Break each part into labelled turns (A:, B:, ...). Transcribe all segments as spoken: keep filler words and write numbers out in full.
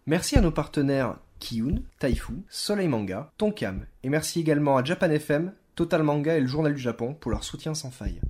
A: Merci à nos partenaires Kiyun, Taifu, Soleil Manga, Tonkam, et merci également à Japan F M, Total Manga et le Journal du Japon pour leur soutien sans faille.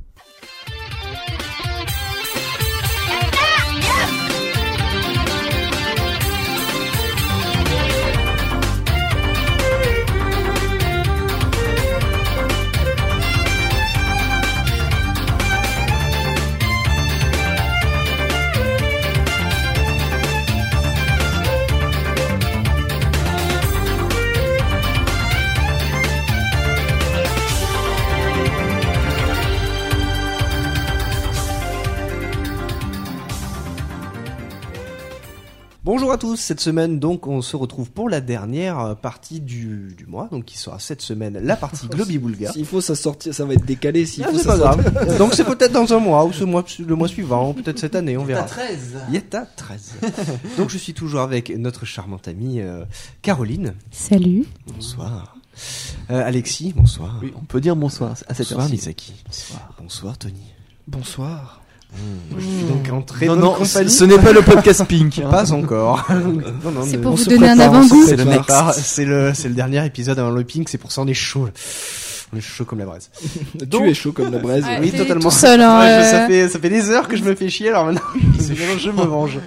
A: Bonjour à tous, cette semaine donc on se retrouve pour la dernière partie du, du mois, donc qui sera cette semaine la partie Globibulga.
B: S'il faut ça sortir, ça va être décalé, s'il
A: ah,
B: faut
A: c'est
B: ça
A: pas grave. Donc c'est peut-être dans un mois, ou ce mois, le mois suivant, ou peut-être cette année, on verra.
C: Yeta treize.
A: Yeta treize. Donc je suis toujours avec notre charmante amie euh, Caroline.
D: Salut.
A: Bonsoir. Euh, Alexis, bonsoir.
C: Oui, on peut dire bonsoir à cette
A: Bonsoir
C: heure-ci.
A: Misaki. Bonsoir. Bonsoir Tony.
B: Bonsoir.
A: Mmh. Je suis donc en très
C: non,
A: bonne
C: non,
A: compagnie.
C: ce n'est pas le podcast Pink. Hein.
A: Pas encore. non, non,
D: c'est
A: ne-
D: pour
A: on
D: vous
A: se
D: donner un
A: prépare, on se
D: avant-goût.
A: prépare.
C: C'est le next.
A: C'est le, c'est le dernier épisode avant le Pink, c'est pour ça on est chaud. On est chaud comme la braise. Donc-
B: Tu es chaud comme la braise.
D: Ouais.
A: Oui,
D: t'es
A: totalement.
D: tout seul, hein,
A: Ouais, je-
D: euh.
A: ça fait, ça fait des heures que je me fais chier, alors maintenant, je me venge.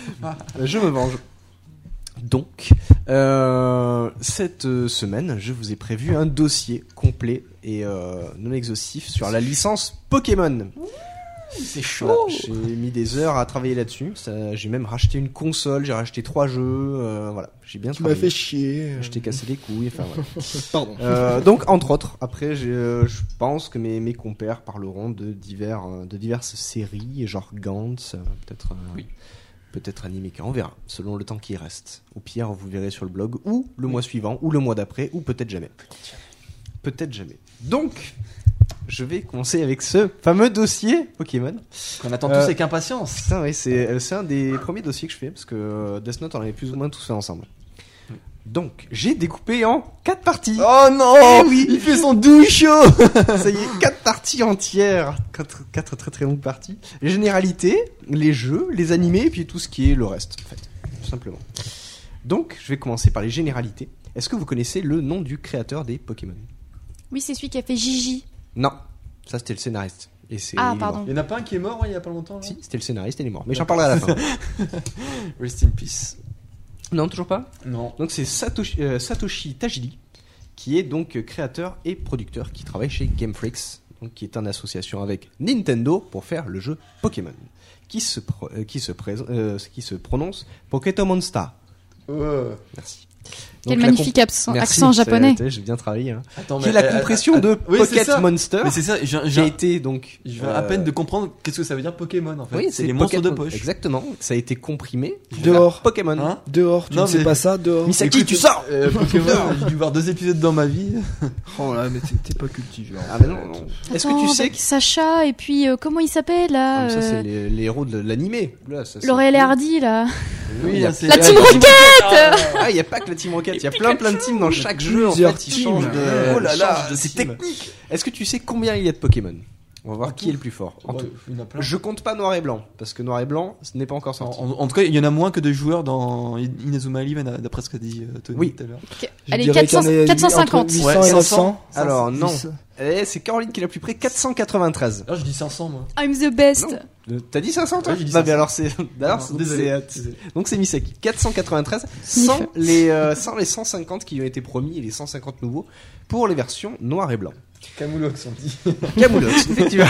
A: Je me venge. Donc, euh, cette euh, semaine, je vous ai prévu un dossier complet et euh, non exhaustif sur la licence Pokémon.
C: C'est
A: Voilà, j'ai mis des heures à travailler là-dessus. Ça, j'ai même racheté une console, j'ai racheté trois jeux. Euh, voilà, j'ai bien
B: Tu m'as
A: travaillé.
B: fait chier.
A: Je t'ai cassé les couilles. Enfin, voilà.
B: Pardon.
A: Euh, donc, entre autres, après, j'ai, euh, je pense que mes, mes compères parleront de divers, euh, de diverses séries, genre Gantz, euh, peut-être, euh,
C: Oui.
A: peut-être Animeka, on verra, selon le temps qui reste. Au pire, vous verrez sur le blog, ou le mois suivant, ou le mois d'après, ou peut-être jamais. Peut-être jamais. Donc, je vais commencer avec ce fameux dossier Pokémon.
C: Qu'on attend
A: Euh,
C: tous avec impatience.
A: Putain, oui, c'est, euh, c'est un des premiers dossiers que je fais, parce que euh, Death Note, on avait plus ou moins tous fait ensemble. Donc, j'ai découpé en quatre parties.
C: Oh non,
A: Eh oui.
C: il fait son douille chaud.
A: Ça y est, quatre parties entières, quatre, quatre très très longues parties. Les généralités, les jeux, les animés, et puis tout ce qui est le reste, en fait, tout simplement. Donc, je vais commencer par les généralités. Est-ce que vous connaissez le nom du créateur des Pokémon ?
D: Oui, c'est celui qui a fait Gigi.
A: Non, ça c'était le scénariste. Et c'est,
D: Ah,
A: il est
D: pardon.
A: mort.
C: Il y en a pas un qui est mort hein, il y a pas longtemps là.
A: Si, c'était le scénariste et il est mort. Mais j'en parlerai à la fin.
C: Rest in peace.
A: Non, toujours pas ?
C: Non.
A: Donc c'est Satoshi, euh, Satoshi Tajiri, qui est donc créateur et producteur, qui travaille chez Game Freak, donc qui est en association avec Nintendo pour faire le jeu Pokémon, qui se, pro- euh, qui se, prés- euh, qui se prononce Pokémon Star.
C: Ouais.
A: Merci.
D: Quel
A: Donc, la
D: magnifique
A: comp-
D: accent,
A: Merci,
D: accent japonais.
A: c'est- J'ai bien travaillé. Hein.
C: Attends,
A: Qui est la
C: euh,
A: compression
C: euh,
A: de
C: euh, oui, c'est
A: Pocket
C: ça.
A: Monster,
C: Mais c'est ça, j'ai,
A: qui
C: j'ai,
A: a été donc.
C: je viens
A: euh,
C: à peine de comprendre qu'est-ce que ça veut dire Pokémon en fait.
A: Oui,
C: c'est les monstres
A: Pocket
C: de
A: Mon-
C: poche.
A: Exactement. Ça a été comprimé. pour
B: Dehors.
A: faire Pokémon.
C: Hein
B: Dehors, tu
C: Non,
B: ne sais
C: mais-
B: pas ça, dehors.
A: Misaki,
C: Écoute,
A: tu sors.
C: euh, Pokémon, j'ai dû voir deux épisodes dans ma vie.
B: Oh là, mais t'es, t'es pas cultivé. en
A: Ah mais
B: fait.
A: non, non. Est-ce
D: Attends,
A: que tu sais
D: avec
A: que
D: Sacha et puis euh, comment il s'appelle là
A: Comme ça,
D: euh,
A: c'est les, les héros de l'animé. Là, ça, c'est-
D: L'Oréal et Hardy là.
A: Oui, il y a-
C: c'est-
D: La
C: euh,
D: Team
C: Rocket.
A: Ah, il n'y a pas que la Team Rocket, il y a plein plein de teams dans chaque jeu. En
B: Plusieurs
A: fait, ils
B: teams.
A: changent de.
C: Oh là là,
A: changent de
C: c'est
A: team.
C: technique.
A: Est-ce que tu sais combien il y a de Pokémon ? On va voir qui est le plus fort. En
C: Ouais,
A: tout-
C: il y en a plein.
A: Je compte pas Noir et Blanc, parce que Noir et Blanc, ce n'est pas encore
C: En,
A: sorti.
C: en- en tout cas, il y en a moins que de joueurs dans Inazuma Eleven, d'après ce qu'a dit euh, Tony
A: Oui.
C: tout à l'heure.
D: Ok.
B: Je
D: Allez,
B: dirais qu'il y en
D: quatre cents
B: a
D: quatre cent cinquante.
B: entre huit cents
C: Ouais,
B: et neuf cents.
A: Alors, non.
B: dix.
A: Eh, c'est Caroline qui est la plus près, quatre cent quatre-vingt-treize.
C: Alors, je dis cinq cents moi.
D: I'm the best.
A: Non. Euh, T'as dit cinq cents toi ?
C: Ouais, j'ai dit
A: Non, mais
C: cinq cents.
A: alors c'est. D'ailleurs,
C: Non,
A: c'est-
C: désolé,
A: c'est, euh,
C: désolé.
A: Donc c'est Misaki. quatre cent quatre-vingt-treize,
D: Sniff.
A: sans les, euh, sans les cent cinquante qui ont été promis et les cent cinquante nouveaux pour les versions noir et blanc.
C: Camoulox, on dit.
A: Camoulox, effectivement.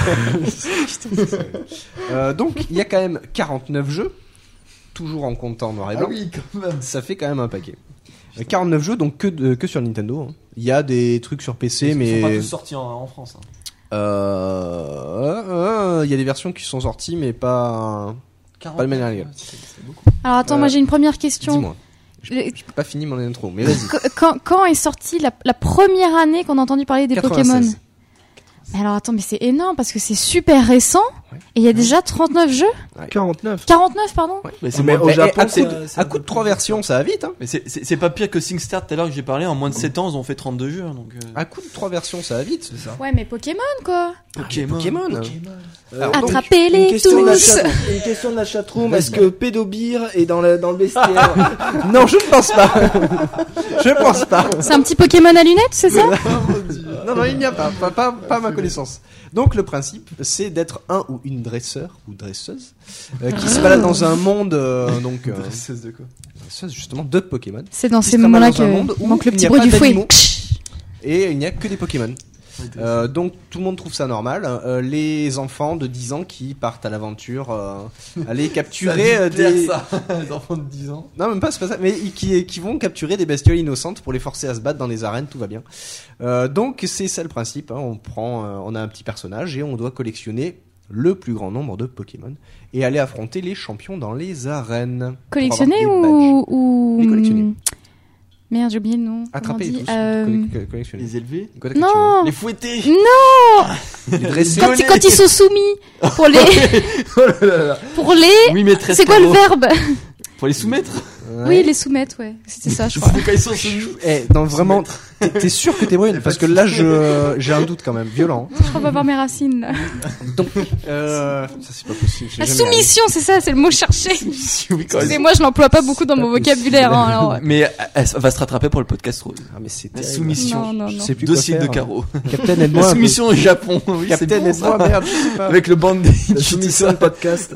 A: euh, donc, il y a quand même quarante-neuf jeux, toujours en comptant noir et
C: Ah
A: blanc.
C: oui, quand même.
A: Ça fait quand même un paquet. Euh, quarante-neuf jeux, donc que, de- que sur Nintendo. hein. Il y a des trucs sur P C,
C: Ils
A: mais.
C: sont pas tous sortis en, en France. Hein.
A: Euh, euh, Il y a des versions qui sont sorties, mais pas.
C: quarante,
A: Pas de manière légale.
C: c'est, c'est beaucoup.
D: Alors attends,
A: Euh,
D: moi j'ai une première question.
A: Dis-moi.
D: Le-
A: J'ai pas fini mon intro, mais vas-y.
D: Qu- Quand, quand est sortie la, la première année qu'on a entendu parler des Pokémon ?
A: quatre-vingt-seize.
D: Mais alors attends, mais c'est énorme parce que c'est super récent.
A: Ouais.
D: Et il y a déjà trente-neuf jeux
B: quarante-neuf.
D: quarante-neuf, pardon.
A: Ouais.
C: Mais c'est
B: Mais
C: moins-
B: au
A: Mais,
B: Japon,
A: eh, à, coup
B: c'est-
A: de,
B: c'est-
A: à coup de trois versions, ça va vite. Hein.
C: mais c'est, c'est, c'est pas pire que SingStar tout à l'heure que j'ai parlé. En moins de sept ans, ils ont fait trente-deux jeux. hein, Donc, euh...
A: À coup de trois versions, ça va vite.
B: C'est ça.
D: Ouais, mais Pokémon, quoi.
C: Pokémon.
A: Pokémon.
B: Euh,
A: Alors,
B: donc, une
D: Attrapez-les
B: question de la
D: tous.
B: chatroom. Une question de la chatroom.
A: Vas-y.
B: Est-ce que Pédobir est dans le, dans le bestiaire?
A: Non, je ne pense pas. Je pense pas.
D: C'est un petit Pokémon à lunettes, c'est ça?
A: Non, non, il n'y a pas, pas, pas, pas à ma connaissance. Donc le principe, c'est d'être un ou une dresseur ou dresseuse euh, qui se balade dans un monde, euh, donc euh,
C: dresseuse de quoi?
A: dresseuse, justement de Pokémon.
D: C'est dans
A: Qui
D: ces
A: se
D: moments-là
A: ramène dans un monde
D: que
A: où
D: manque le
A: il n'y
D: petit
A: a
D: bruit
A: pas
D: du fouet.
A: d'animaux. Et il n'y a que des Pokémon. Euh, donc tout le monde trouve ça normal. Euh, les enfants de dix ans qui partent à l'aventure, euh, aller capturer euh, des...
C: ça. Les enfants de dix ans.
A: Non, même pas, c'est pas ça, mais qui, qui vont capturer des bestioles innocentes pour les forcer à se battre dans les arènes, tout va bien. Euh, donc c'est ça le principe, hein. On prend, euh, on a un petit personnage et on doit collectionner le plus grand nombre de Pokémon et aller affronter les champions dans les arènes.
D: Collectionner
A: Pour avoir des
D: ou, ou...
A: Les collectionner.
D: Merde, j'ai oublié le nom.
A: Attraper
D: Comment on
A: tous,
D: dit Euh,
A: colle- colle- collectionner.
C: Les élevés.
A: Quoi,
D: Non.
C: Les fouettés.
A: Les dresser.
D: Quand, quand ils sont soumis pour les,
C: Oh là là là.
D: pour les,
C: Oui, maîtresse.
D: c'est quoi le
C: Caro.
D: verbe?
C: Pour les soumettre.
A: Ouais.
D: Oui, les soumettre, ouais. C'était ça, je crois.
C: Quand ils sont soumis.
A: Eh, non, vraiment, t'es t'es sûr que t'es brune? Parce que là, je, j'ai un doute quand même, violent.
D: Je crois pas voir mes racines, là.
A: Donc, euh, ça c'est pas possible. j'ai
D: La
A: jamais arrivé.
D: soumission, c'est ça, c'est le mot cherché.
C: Oui, quand même.
D: Excusez-moi, je l'emploie pas beaucoup dans mon
A: pas
D: vocabulaire, hein, alors. ouais.
C: Mais elle va se rattraper pour le podcast rose.
A: Ah, mais c'est
C: La
A: terrible.
C: soumission.
D: Non, non,
A: Je
D: non.
A: sais plus quoi
C: Dossier de
A: faire.
C: Caro.
A: Captain,
C: La
A: aide-moi. un peu.
C: soumission au Japon. Oui, c'est
A: Captain,
C: bon, ça.
A: aide-moi, merde, je sais pas.
C: Avec le bandit.
B: La soumission de podcast.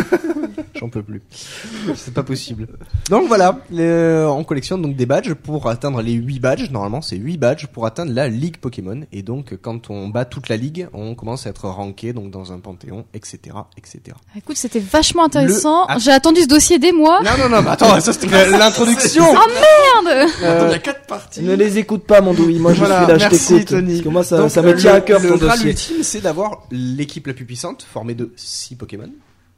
A: J'en peux plus. C'est pas possible. Donc voilà, les- on collectionne donc des badges pour atteindre les huit badges. Normalement, c'est huit badges pour atteindre la ligue Pokémon. Et donc, quand on bat toute la ligue, on commence à être ranké donc dans un panthéon, et cetera, et cetera.
D: Écoute, c'était vachement intéressant.
A: Le-
D: J'ai attendu ce dossier des mois.
A: Non, non, non, mais attends, ça c'était l'introduction.
D: Merde!
A: Euh,
C: Il y a quatre parties.
B: Ne les écoute pas, mon douille. Moi, je
A: Voilà,
B: suis là, je
A: merci,
B: t'écoute.
A: Tony.
B: Parce que moi, ça,
A: donc,
B: ça me
A: euh,
B: tient à
A: le-
B: cœur
A: le
B: ton
A: Graal
B: dossier.
A: ultime, c'est d'avoir l'équipe la plus puissante, formée de six Pokémon.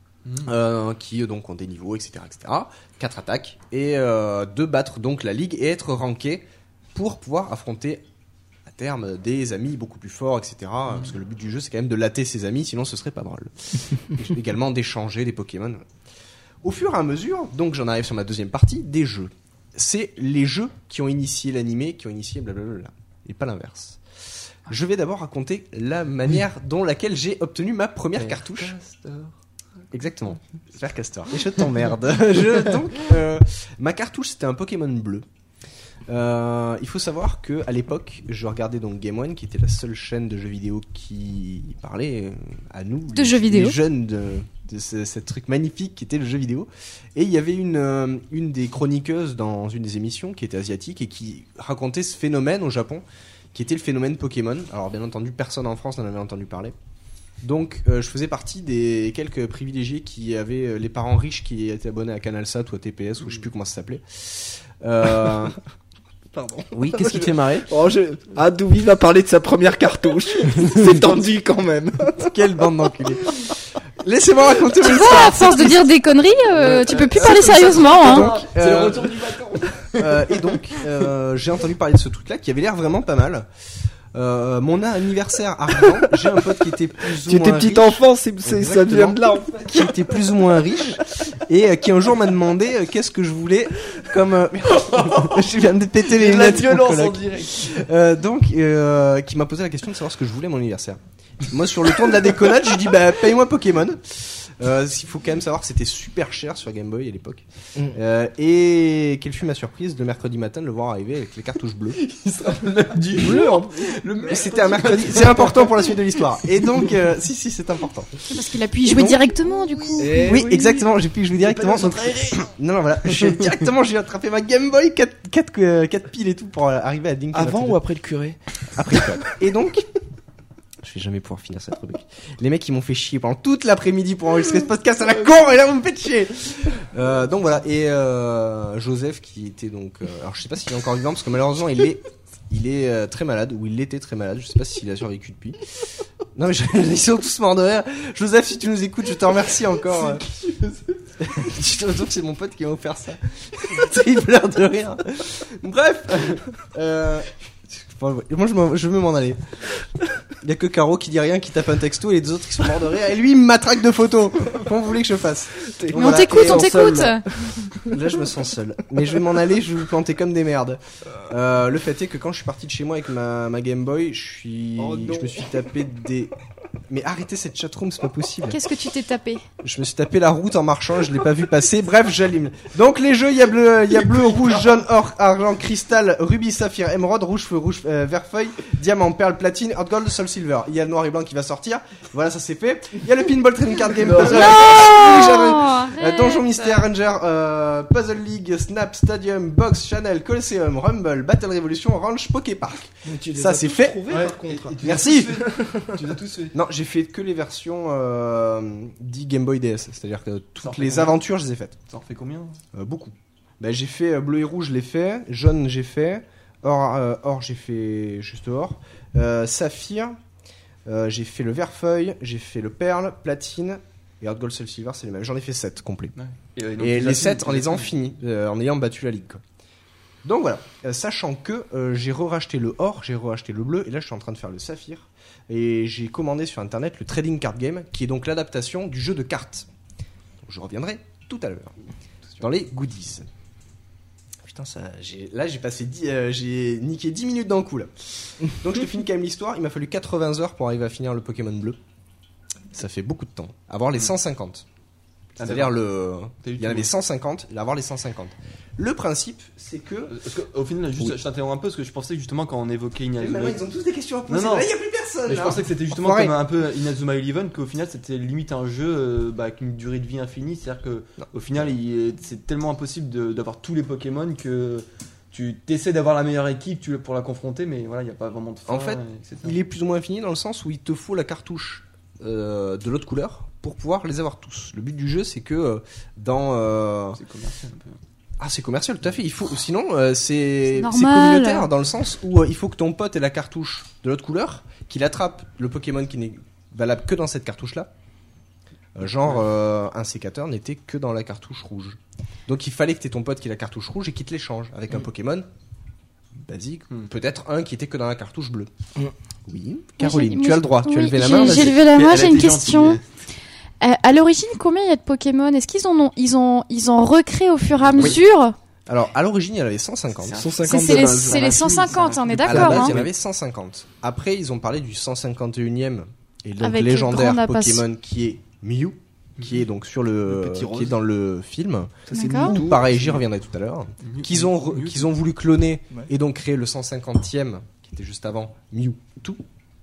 A: Euh, qui euh, donc ont des niveaux, et cetera, et cetera. Quatre attaques et euh, de battre donc la ligue et être ranké pour pouvoir affronter à terme des amis beaucoup plus forts, et cetera. Parce que le but du jeu c'est quand même de latter ses amis, sinon ce serait pas drôle. Et également d'échanger des Pokémon. Au fur et à mesure, donc j'en arrive sur ma deuxième partie, des jeux. C'est les jeux qui ont initié l'animé, qui ont initié blablabla, et pas l'inverse. Je vais d'abord raconter la manière dont laquelle j'ai obtenu ma première cartouche. Exactement, Faire Castor. Et je t'emmerde. je, donc, euh, ma cartouche, c'était un Pokémon bleu. Euh, il faut savoir que à l'époque, je regardais donc Game One, qui était la seule chaîne de jeux vidéo qui parlait euh, à nous,
D: De
A: les,
D: jeux vidéo.
A: les jeunes de, de ce, ce truc magnifique qui était le jeu vidéo. Et il y avait une, euh, une des chroniqueuses dans une des émissions qui était asiatique et qui racontait ce phénomène au Japon, qui était le phénomène Pokémon. Alors bien entendu, personne en France n'en avait entendu parler. Donc euh, je faisais partie des quelques privilégiés qui avaient euh, les parents riches qui étaient abonnés à CanalSat ou à T P S ou je sais plus comment ça s'appelait. Euh...
B: Pardon.
A: Oui, qu'est-ce qui te fait marrer?
B: Oh, je... Ah, Doubi va parler de sa première cartouche. C'est tendu quand même.
A: Quelle bande d'enculés. Laissez-moi raconter mon
D: Tu vois,
A: histoire.
D: à force de dire des conneries, euh,
A: Ouais,
D: tu
A: euh,
D: peux plus
A: c'est
D: parler
A: comme ça.
D: sérieusement, hein.
A: Donc,
B: C'est
A: euh,
B: le retour du bâton.
A: euh, et donc, euh, j'ai entendu parler de ce truc-là qui avait l'air vraiment pas mal. Euh, mon anniversaire arrivant, j'ai un pote qui était plus ou
B: Tu étais
A: moins
B: petit
A: riche,
B: enfant, c'est, c'est, ça
A: Exactement.
B: vient de là. En fait.
A: qui était plus ou moins riche et euh, qui un jour m'a demandé euh, qu'est-ce que je voulais comme euh, je viens de péter les
C: De la
A: lunettes, mon
C: violence en
A: coloc.
C: direct.
A: Euh, donc euh, qui m'a posé la question de savoir ce que je voulais à mon anniversaire. Moi sur le ton de la déconnade, j'ai dit bah paye-moi Pokémon. Euh, il faut quand même savoir que c'était super cher sur Game Boy à l'époque.
B: Mm.
A: Euh, et quelle fut ma surprise le mercredi matin de le voir arriver avec les cartouches bleues.
C: Du
B: Bleu, en
C: Le
A: Et c'était un mercredi, c'est important pour la suite de l'histoire. Et donc euh, si si c'est important.
D: Parce qu'il a pu y jouer
A: donc-
D: directement, du coup.
B: Eh
A: oui, exactement, j'ai pu y jouer directement. Donc, non, non, voilà. J'ai directement, j'ai attrapé ma Game Boy, quatre piles et tout pour euh, arriver à Dink.
B: Avant ou après le curé?
A: après quoi. Et donc, je vais jamais pouvoir finir cette rubrique. Les mecs, ils m'ont fait chier pendant toute l'après-midi pour enregistrer ce podcast à la con, et là, vous me faites chier. Euh, donc voilà. Et euh, Joseph, qui était donc, euh, alors je sais pas s'il est encore vivant parce que malheureusement, il est, il est euh, très malade ou il était très malade. Je sais pas s'il a survécu depuis. Non mais je, ils sont tous morts de rire. Joseph, si tu nous écoutes, je te remercie encore. euh. Je te retrouve, c'est mon pote qui m'a offert ça. Il pleure de rire. Bref. Euh, moi, je, m'en- je veux m'en aller. Il y a que Caro qui dit rien, qui tape un texto et les deux autres qui sont morts de rire. Et lui, il me matraque de photos. Comment vous voulez que je fasse?
D: Mais
A: Donc
D: on
A: voilà.
D: t'écoute,
A: Et
D: on
A: on
D: t'écoute.
A: Là, je me sens seul. Mais je vais m'en aller, je vais vous planter comme des merdes. Euh, le fait est que quand je suis parti de chez moi avec ma, ma Game Boy, je suis,
B: Oh non.
A: je me suis tapé des. Mais arrêtez cette chatroom, c'est pas possible.
D: Qu'est-ce que tu t'es tapé?
A: Je me suis tapé la route en marchant, je l'ai pas vu passer. Bref, j'allume. Donc les jeux, il y a bleu, il y a bleu, rouge, jaune, or, argent, cristal, rubis, saphir, émeraude, rouge feu, rouge, euh, vert feuille, diamant, perle, platine, hot gold, soul silver. Il y a le noir et blanc qui va sortir. Voilà, ça c'est fait. Il y a le pinball trading card game puzzle. Oui, j'avais- Euh,
D: Arrête.
A: Donjon Mystère, Ranger, euh, Puzzle League, Snap, Stadium, Box, Channel, Colosseum, Rumble, Battle Revolution, Ranch, Poké Park.
B: Tu les
A: Ça,
B: as
A: c'est
B: tous
A: fait.
B: trouvés,
C: Ouais.
B: par contre.
C: Et tu
A: Merci.
C: les as tous fait. Tu les as tous fait.
A: Non, j'ai fait que les versions euh, dit Game Boy D S, c'est-à-dire que
C: Ça en
A: toutes
C: fait
A: les
C: combien
A: aventures, je les ai faites.
C: Ça en fait combien?
A: Euh, beaucoup. Bah, j'ai fait euh, bleu et rouge, je l'ai fait. Jaune, j'ai fait. Or, euh, or j'ai fait juste or. Euh, saphir, euh, j'ai fait le vert feuille, j'ai fait le perle, platine. Et Hot Gold, Soul Silver, c'est les mêmes. J'en ai fait sept complets.
C: Ouais. Et, euh, donc,
A: Et
C: tu
A: les
C: l'as
A: sept
C: fini,
A: en
C: tu
A: les
C: l'as
A: ayant
C: fini.
A: finis, euh, en ayant battu la ligue. Quoi. Donc voilà, Euh, sachant que euh, j'ai re-racheté le or, j'ai re-racheté le bleu, et là je suis en train de faire le saphir. Et j'ai commandé sur internet le Trading Card Game, qui est donc l'adaptation du jeu de cartes. Donc, je reviendrai tout à l'heure dans les goodies. Putain, ça, j'ai, là j'ai passé dix, euh, j'ai niqué dix minutes dans le coup là. Donc je te finis quand même l'histoire. Il m'a fallu quatre-vingts heures pour arriver à finir le Pokémon bleu. Ça fait beaucoup de temps. Avoir les cent cinquante.
C: Ah,
A: C'est-à-dire
C: d'accord.
A: le.
C: T'as eu
A: Il y en
C: tout.
A: avait cent cinquante, il va avoir les cent cinquante. Le principe, c'est que.
C: Parce qu'au final, juste,
A: Oui.
C: je t'interromps un peu parce que je pensais que justement quand on évoquait
A: Mais
C: Inazuma,
A: maintenant, ils ont tous des questions à poser.
C: Non, non.
A: Là, il n'y a plus personne.
C: mais je
A: là.
C: pensais que c'était justement
A: Enfoiré.
C: comme un peu Inazuma Eleven, qu'au final c'était limite un jeu euh, bah, avec une durée de vie infinie, c'est-à-dire que
A: Non.
C: au final il est- c'est tellement impossible de- d'avoir tous les Pokémon que tu essaies d'avoir la meilleure équipe tu, pour la confronter, mais voilà, il n'y a pas vraiment de fin.
A: En fait,
C: et cetera.
A: Il est plus ou moins infini dans le sens où il te faut la cartouche euh, de l'autre couleur pour pouvoir les avoir tous. Le but du jeu, c'est que euh, dans. euh,
C: C'est commercial un peu.
A: Ah, c'est commercial, tout à fait. Il faut, sinon, euh, c'est
D: C'est
A: c'est
D: normal.
A: communautaire dans le sens où euh, il faut que ton pote ait la cartouche de l'autre couleur, qu'il attrape le Pokémon qui n'est valable que dans cette cartouche-là. Euh, genre, euh, un sécateur n'était que dans la cartouche rouge. Donc il fallait que t'aies ton pote qui ait la cartouche rouge et qui te l'échange avec un
C: Mm.
A: Pokémon basique,
C: Mm.
A: peut-être un qui était que dans la cartouche bleue.
B: Mm.
A: Oui, Caroline,
D: moi,
A: tu as le droit, tu as
D: oui,
A: levé la
D: j'ai-
A: main.
D: J'ai
A: vas-y.
D: levé la main,
C: Elle
D: j'ai
C: a
D: une
C: été
D: question.
C: gentille.
D: Euh, à l'origine, combien il y a de Pokémon? Est-ce qu'ils en ont, ils ont, ils ont recréé au fur et à
A: Oui.
D: mesure?
A: Alors, à l'origine, il y en avait cent cinquante.
C: C'est un-
B: cent
D: C'est
B: cinquante
D: c'est
B: de
D: les,
B: base.
D: c'est les cent cinquante, on est
A: À la
D: d'accord,
A: base,
D: hein?
A: il y en avait cent cinquante. Après, ils ont parlé du cent cinquante et unième et donc
D: Avec le
A: légendaire
D: grand Napas-
A: Pokémon qui est Mew, qui est donc sur le,
C: Le petit rose.
A: qui est dans le film.
B: Ça, c'est
D: D'accord.
B: Mewtwo.
A: Pareil, j'y reviendrai tout à l'heure. Qu'ils ont, re-
C: Mew-
A: qu'ils ont voulu cloner
B: Ouais.
A: et donc créer le cent cinquantième qui était juste avant Mewtwo.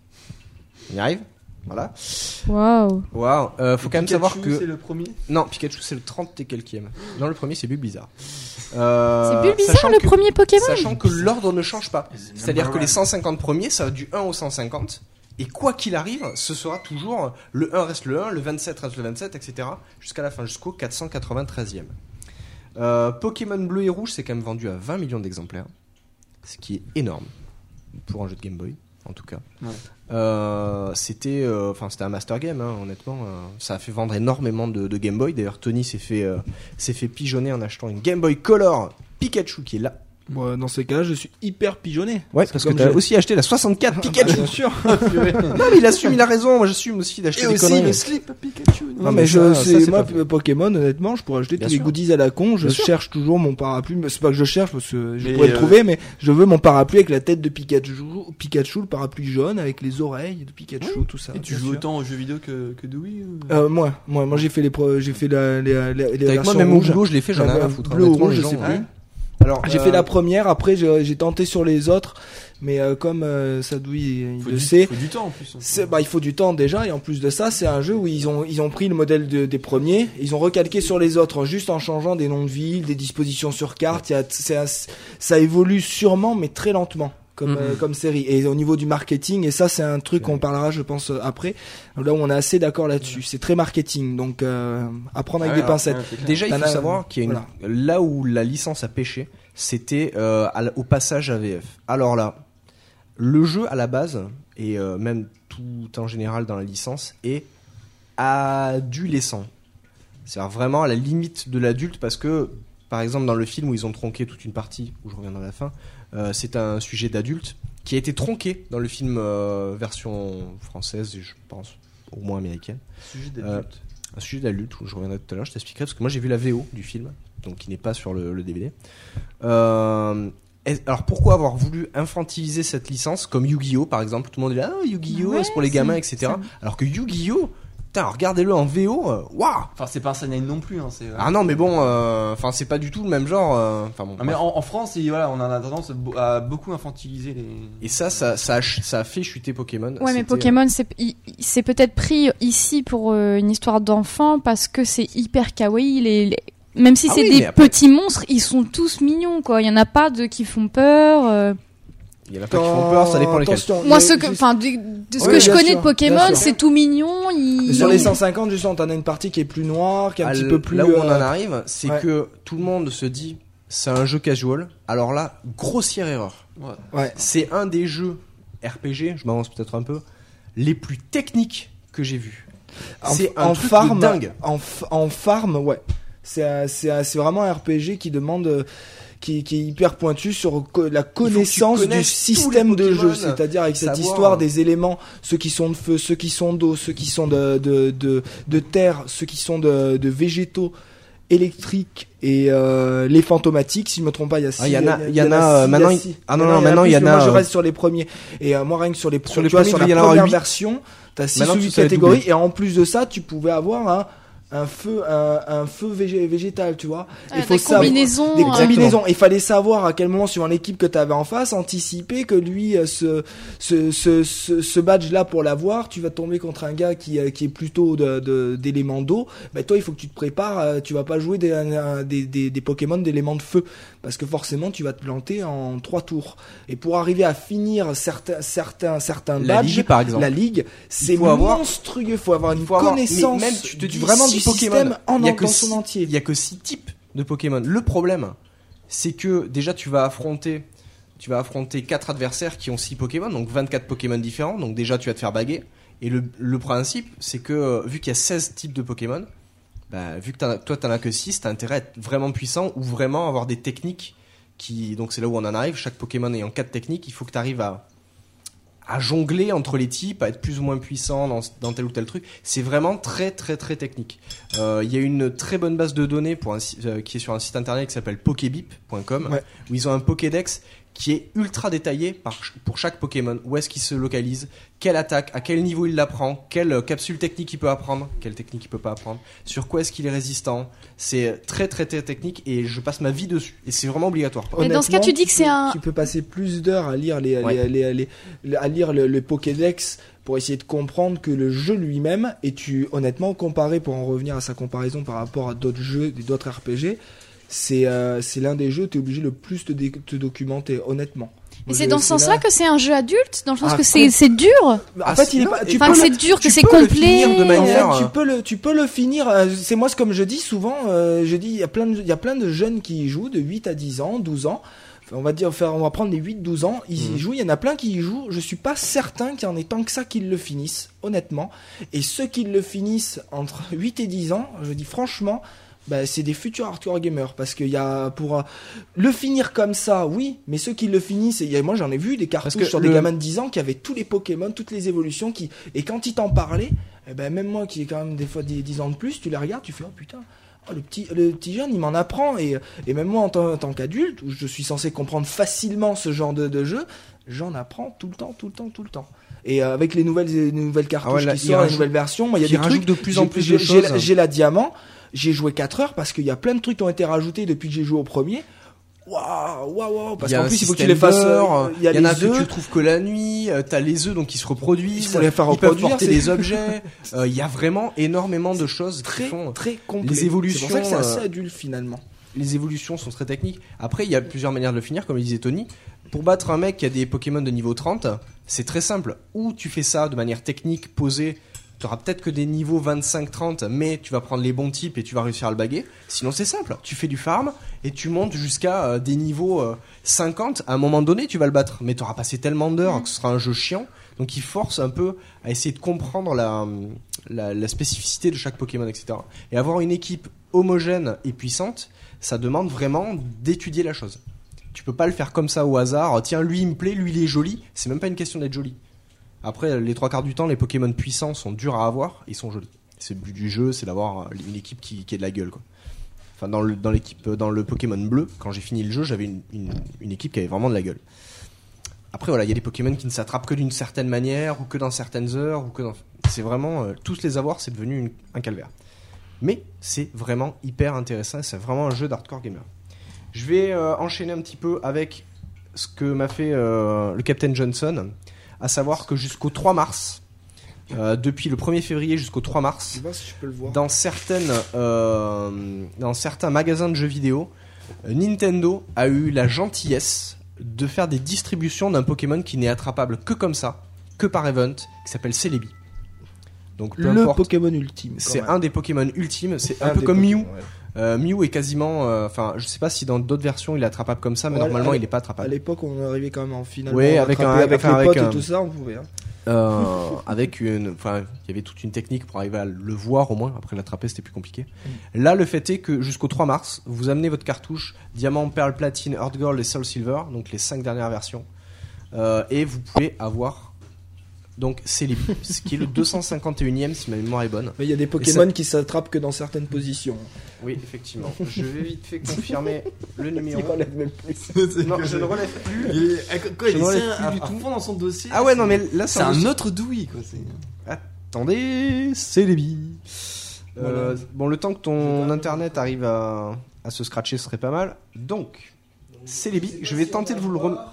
A: On y arrive. Voilà.
D: Waouh.
A: Waouh. Euh, faut quand même
C: Pikachu,
A: savoir que
C: c'est le premier.
A: non, Pikachu c'est le trente et quelquième. Non, le premier c'est Bulbizarre. Euh,
D: C'est Bulbizarre
A: sachant
D: le
A: que-
D: premier Pokémon?
A: Sachant que l'ordre ne change pas. C'est-à-dire que les cent cinquante premiers, ça va du un au cent cinquante. Et quoi qu'il arrive, ce sera toujours le un reste le un, le vingt-sept reste le vingt-sept, et cetera. Jusqu'à la fin, jusqu'au quatre cent quatre-vingt-treizième. Euh, Pokémon bleu et rouge, c'est quand même vendu à vingt millions d'exemplaires. Ce qui est énorme. Pour un jeu de Game Boy, en tout cas.
C: Ouais.
A: Euh, c'était, euh, enfin, c'était un master game, hein, honnêtement. euh, ça a fait vendre énormément de, de Game Boy. D'ailleurs, Tony s'est fait, euh, s'est fait pigeonner en achetant une Game Boy Color Pikachu qui est là.
B: Moi, dans ces cas-là, je suis hyper pigeonné.
A: Ouais, parce que
B: comme
A: t'as
B: j'ai-
A: aussi acheté la soixante-quatre Pikachu.
B: Bien sûr.
A: Non, mais il assume, il a raison. Moi, j'assume aussi d'acheter
B: Et
A: des
B: aussi
A: conneries.
B: le
C: slip Pikachu.
B: Non, mais, je,
A: ça, ça,
B: c'est
A: c'est
B: moi
A: pas
B: P- Pokémon, honnêtement, je pourrais acheter
A: Bien
B: tous les
A: sûr.
B: goodies à la con. Je
A: Bien sûr.
B: cherche toujours mon parapluie. Mais c'est pas que je cherche parce que je
C: Mais,
B: pourrais le
C: euh,
B: trouver, mais je veux mon parapluie avec la tête de Pikachu, Pikachu, le parapluie jaune avec les oreilles de Pikachu, tout ça.
C: Et tu
B: bien
C: joues
B: sûr.
C: autant aux jeux vidéo que, que de Wii ou...
B: Euh, moi, moi, moi, j'ai fait les, pro- j'ai fait la, les, les, les
A: Avec moi,
B: versions
A: même au
B: rouges.
A: boulot, je l'ai fait, j'en ai
B: Euh,
A: rien à foutre.
B: bleu ou
A: honnêtement,
B: rouge,
A: les
B: je sais
A: gens,
B: plus.
A: euh, Alors,
B: J'ai
A: euh,
B: fait la première, après j'ai j'ai tenté sur les autres, mais euh, comme euh, Sadoui il
C: Faut
B: le
C: du,
B: sait,
C: faut du temps en plus. hein.
B: c'est, bah, il faut du temps déjà, et en plus de ça, c'est un jeu où ils ont, ils ont pris le modèle de- des premiers, ils ont recalqué sur les autres, juste en changeant des noms de villes, des dispositions sur carte, il y a, c'est un- ça évolue sûrement, mais très lentement. Comme,
A: Mhm.
B: euh, comme série. Et au niveau du marketing, et ça c'est un truc qu'on parlera je pense euh, après, là où on est assez d'accord là-dessus, c'est très marketing, donc euh, à prendre avec
C: Ah ouais,
B: des pincettes.
C: ouais, c'est clair.
A: Déjà, il faut
B: T'en as-
A: savoir qu'il y a une...
B: voilà.
A: là où la licence a pêché, c'était euh, à la- au passage A V F. Alors là, le jeu à la base, et euh, même tout en général dans la licence, est adolescent. C'est-à-dire vraiment à la limite de l'adulte parce que, par exemple, dans le film où ils ont tronqué toute une partie, où je reviendrai à la fin, euh, c'est un sujet d'adulte qui a été tronqué dans le film euh, version française et je pense au moins américaine.
C: Sujet
A: Euh,
C: d'adulte.
A: un sujet d'adulte où je reviendrai tout à l'heure, je t'expliquerai parce que moi j'ai vu la V O du film, donc qui n'est pas sur le, le D V D. Euh, est- alors pourquoi avoir voulu infantiliser cette licence comme Yu-Gi-Oh par exemple, tout le monde est là, ah, Yu-Gi-Oh
D: Ouais,
A: c'est pour les gamins,
D: ça-
A: et cetera.
D: ça-
A: Alors que Yu-Gi-Oh, putain, regardez-le en V O, euh, waouh.
C: Enfin, c'est pas un seinen non plus. Hein, c'est, euh,
A: Ah non mais bon, enfin c'est pas du tout le même genre. euh, Enfin bon.
C: Ah, mais
A: bref.
C: en, en France, il- voilà, on a tendance à beaucoup infantiliser les.
A: Et ça, ça, ça a, ch- ça a fait chuter Pokémon.
D: Ouais, mais
A: C'était-
D: Pokémon, c'est il- il- c'est peut-être pris ici pour euh, une histoire d'enfant parce que c'est hyper kawaii. Les, les- Même si
A: Ah
D: c'est
A: oui,
D: des
A: mais après-
D: petits monstres, ils sont tous mignons, quoi. Il y en a pas de qui font peur. euh.
A: Il y en a pas qui font peur, ça dépend lesquels.
B: Attention,
D: Moi,
B: mais
D: ce que,
B: juste-
D: enfin, de, de ce
B: Oui,
D: que je
B: bien
D: connais
B: sûr,
D: de Pokémon,
B: bien sûr.
D: c'est tout mignon. Ils...
B: Mais sur les cent cinquante, justement, t'en as une partie qui est plus noire, qui est un
A: Ah,
B: petit
A: l-
B: peu plus.
A: Là où on en
B: euh,
A: arrive, c'est
B: ouais.
A: que tout le monde se dit c'est un jeu casual. Alors là, grossière erreur.
C: Ouais.
B: Ouais.
A: C'est un des jeux R P G, je m'avance peut-être un peu, les plus techniques que j'ai vus.
B: En,
A: C'est un
B: en
A: truc de
B: farm,
A: dingue.
B: En, f- en farm, ouais. C'est un- c'est un- c'est vraiment un R P G qui demande, euh, qui, qui est hyper pointu sur co- la connaissance du
A: connaisses
B: système
A: tous les
B: de jeu,
A: Pokémon,
B: c'est-à-dire avec cette
A: savoir-
B: histoire des éléments, ceux qui sont de feu, ceux qui sont d'eau, ceux qui sont de, de, de, de terre, ceux qui sont de, de végétaux, électriques et euh, les fantomatiques, si je me trompe pas, il y a six.
A: Ah, il y en a-
B: il
A: il y en a, euh,
B: six,
A: maintenant,
B: il y a
A: il-
B: six.
A: ah non,
B: Maintenant,
A: non, maintenant, il y
B: plus,
A: en
B: mais Moi,
A: a,
B: je
A: euh,
B: reste sur les premiers. Et euh, moi, rien que sur les, pro-
A: Sur les
B: tu vois,
A: premiers,
B: sur
A: il
B: la
A: doit y en avoir
B: première
A: huit.
B: version, t'as six
A: Maintenant,
B: ou
A: tout
B: huit
A: ça va être
B: catégories.
A: doublé.
B: Et en plus de ça, tu pouvais avoir un, un feu, un, un feu végé- végétal, tu vois.
D: Ah,
B: Il faut
D: des
B: savoir-
D: combinaisons.
B: des
D: hein.
B: combinaisons. Il fallait savoir à quel moment, suivant l'équipe que tu avais en face, anticiper que lui, euh, ce, ce, ce, ce, ce badge-là, pour l'avoir, tu vas tomber contre un gars qui, euh, qui est plutôt de, de, d'éléments d'eau. Ben, toi, il faut que tu te prépares. euh, Tu vas pas jouer des, un- des, des, des Pokémon d'éléments de feu. Parce que forcément, tu vas te planter en trois tours. Et pour arriver à finir certains, certains, certains
A: La
B: badges,
A: Ligue, par exemple.
B: la ligue, c'est
A: faut avoir-
B: monstrueux. Il faut avoir une
A: Il faut avoir-
B: connaissance
A: mais même, tu te
B: du-
A: dis
B: vraiment
A: six
B: du
A: Pokémon.
B: système en,
A: Il y a
B: en-
A: que
B: dans
A: six-
B: son entier.
A: Il y a que six types de Pokémon. Le problème, c'est que déjà tu vas affronter, tu vas affronter quatre adversaires qui ont six Pokémon, donc vingt-quatre Pokémon différents. Donc déjà tu vas te faire baguer. Et le, le principe, c'est que euh, vu qu'il y a seize types de Pokémon, bah, vu que t'en as- toi t'en as que six, t'as intérêt à être vraiment puissant ou vraiment avoir des techniques qui, donc c'est là où on en arrive. Chaque Pokémon ayant quatre techniques, il faut que tu arrives à à jongler entre les types, à être plus ou moins puissant dans, dans tel ou tel truc. C'est vraiment très très très technique. Euh, Il y a une très bonne base de données pour un, si- euh, qui est sur un site internet qui s'appelle pokébip point com,
B: Ouais.
A: où ils ont un Pokédex qui est ultra détaillé par, ch- pour chaque Pokémon. Où est-ce qu'il se localise, quelle attaque, à quel niveau il l'apprend, quelle euh, capsule technique il peut apprendre, quelle technique il peut pas apprendre, sur quoi est-ce qu'il est résistant. C'est très très très technique et je passe ma vie dessus. Et c'est vraiment obligatoire.
D: Mais dans ce cas, tu dis que c'est
B: peux-
D: un-
B: Tu peux passer plus d'heures à lire les,
A: Ouais.
B: les, les, les- les- à lire le, le Pokédex pour essayer de comprendre que le jeu lui-même, et tu honnêtement comparé, pour en revenir à sa comparaison par rapport à d'autres jeux, d'autres R P G, c'est euh, c'est l'un des jeux où tu es obligé le plus de te, te documenter, honnêtement.
D: Mais
B: Moi,
D: c'est
B: je-
D: dans ce sens-là
B: là-
D: que c'est un jeu adulte, dans le sens
B: Ah,
D: que c'est c'est dur.
B: En
A: Ah,
B: fait, il est
A: non,
B: pas.
A: et-
B: Tu
D: Enfin,
B: peux
D: que
B: le-
D: c'est dur, que
A: tu
D: c'est
A: peux le
D: complet.
A: finir de
B: En
A: manière-
B: fait, tu peux le, tu peux le finir. euh, C'est moi, c'est comme je dis souvent. euh, je dis, il y a plein de, il y a plein de jeunes qui y jouent de huit à dix ans, douze ans. Enfin, on va dire, faire, on va prendre les huit douze ans. Ils y
A: Mhm.
B: jouent. Il y en a plein qui y jouent. Je suis pas certain qu'il y en ait tant que ça qui le finissent, honnêtement. Et ceux qui le finissent entre huit et dix ans, je dis franchement. Bah, c'est des futurs hardcore gamers parce qu'il y a pour euh, le finir comme ça, oui, mais ceux qui le finissent, et il y a- moi j'en ai vu des cartouches
A: que
B: sur
A: le-
B: des gamins de dix ans qui avaient tous les Pokémon, toutes les évolutions qui et quand ils t'en parlaient, eh ben même moi qui ai quand même des fois des dix ans de plus, tu les regardes, tu fais oh putain, oh, le petit le petit jeune il m'en apprend et et même moi en tant, en tant qu'adulte où je suis censé comprendre facilement ce genre de, de jeu, j'en apprends tout le temps, tout le temps, tout le temps. Et euh, avec les nouvelles les nouvelles cartouches
A: Ah ouais, là,
B: qui
A: il
B: sortent, les
A: rajoute-
B: nouvelles versions, moi il y a
A: il
B: des
A: rajoute
B: trucs
A: de plus en
B: j'ai-
A: plus
B: j'ai-
A: de
B: j'ai la-
A: choses.
B: J'ai la diamant. J'ai joué quatre heures parce qu'il y a plein de trucs qui ont été rajoutés depuis que j'ai joué au premier. Waouh, waouh, waouh. Parce
A: Il y a
B: qu'en
A: un
B: plus, il faut que tu
A: système
B: les fasses.
A: d'heures,
B: euh, Il y a
A: en a
B: les
A: que tu
B: œufs.
A: trouves que la nuit, euh, t'as les œufs donc qui se reproduisent,
B: Il faut les faire
A: ils peuvent
B: reproduire,
A: porter
B: c'est-
A: des objets, euh, il y a vraiment énormément de choses qui
B: Très,
A: font...
B: très complet.
A: les évolutions,
B: C'est pour ça que c'est assez
A: euh,
B: adulte finalement.
A: Les évolutions sont très techniques. Après, il y a plusieurs manières de le finir, comme le disait Tony. Pour battre un mec qui a des Pokémon de niveau trente, c'est très simple. Ou tu fais ça de manière technique, posée, tu auras peut-être que des niveaux vingt-cinq trente, mais tu vas prendre les bons types et tu vas réussir à le baguer. Sinon, c'est simple. Tu fais du farm et tu montes jusqu'à euh, des niveaux euh, cinquante. À un moment donné, tu vas le battre. Mais tu auras passé tellement d'heures que ce sera un jeu chiant. Donc, il force un peu à essayer de comprendre la, la, la spécificité de chaque Pokémon, et cetera. Et avoir une équipe homogène et puissante, ça demande vraiment d'étudier la chose. Tu peux pas le faire comme ça au hasard. Tiens, lui il me plaît, lui il est joli. C'est même pas une question d'être joli. Après, les trois quarts du temps, les Pokémon puissants sont durs à avoir, ils sont jolis. C'est le but du jeu, c'est d'avoir une équipe qui, qui ait de la gueule, quoi. Enfin, dans le, dans l'équipe, dans le Pokémon bleu, quand j'ai fini le jeu, j'avais une, une, une équipe qui avait vraiment de la gueule. Après, voilà, il y a des Pokémon qui ne s'attrapent que d'une certaine manière, ou que dans certaines heures, ou que dans... C'est vraiment... Euh, tous les avoir, c'est devenu une, un calvaire. Mais c'est vraiment hyper intéressant, c'est vraiment un jeu d'hardcore gamer. Je vais euh, enchaîner un petit peu avec ce que m'a fait euh, le Captain Johnson, à savoir que jusqu'au trois mars, euh, depuis le premier février jusqu'au trois mars,
B: Je sais pas si je peux le voir.
A: dans certaines, euh, dans certains magasins de jeux vidéo, euh, Nintendo a eu la gentillesse de faire des distributions d'un Pokémon qui n'est attrapable que comme ça, que par event, qui s'appelle Celebi. Donc peu
B: Le
A: importe,
B: Pokémon ultime. quand
A: c'est
B: même.
A: un des Pokémon ultimes, c'est un,
B: Un
A: peu
B: des
A: comme Mew.
B: Pokémon, ouais.
A: Euh, Mew est quasiment, enfin, euh, je sais pas si dans d'autres versions il est attrapable comme ça, mais
B: Ouais,
A: normalement
B: à
A: il est pas
B: À
A: attrapable.
B: l'époque, on arrivait quand même en finale.
A: Ouais, avec un-
B: avec
A: enfin,
B: les
A: avec
B: potes
A: un-
B: et tout ça, on pouvait. Hein.
A: Euh, avec une, enfin, il y avait toute une technique pour arriver à le voir au moins. Après l'attraper, c'était plus compliqué.
B: Mm.
A: Là, le fait est que jusqu'au trois mars, vous amenez votre cartouche Diamant, Perle, Platine, Earth Gold et Soul Silver, donc les cinq dernières versions, euh, et vous pouvez avoir donc Celebi, ce qui est le deux cent cinquante et unième si ma mémoire est bonne.
B: Mais il y a des Pokémon qui s'attrapent que dans certaines positions.
A: Oui, effectivement. Je vais vite fait confirmer le
B: Il
A: numéro.
B: relève même plus.
A: Non, je ne relève plus.
C: Il est, quoi,
A: Je
C: il est
A: m'enlève
C: à,
A: plus du
C: à
A: tout.
C: fond dans son dossier.
A: Ah ouais,
C: c'est-
A: non, mais là,
C: c'est
A: c'est un
C: un
A: dossier-
C: autre Dewey, quoi. C'est...
A: Attendez, Celebi. Euh,
B: Voilà.
A: bon, le temps que ton internet arrive à, à se scratcher serait pas mal. Donc, Celebi, je vais tenter de vous le remettre.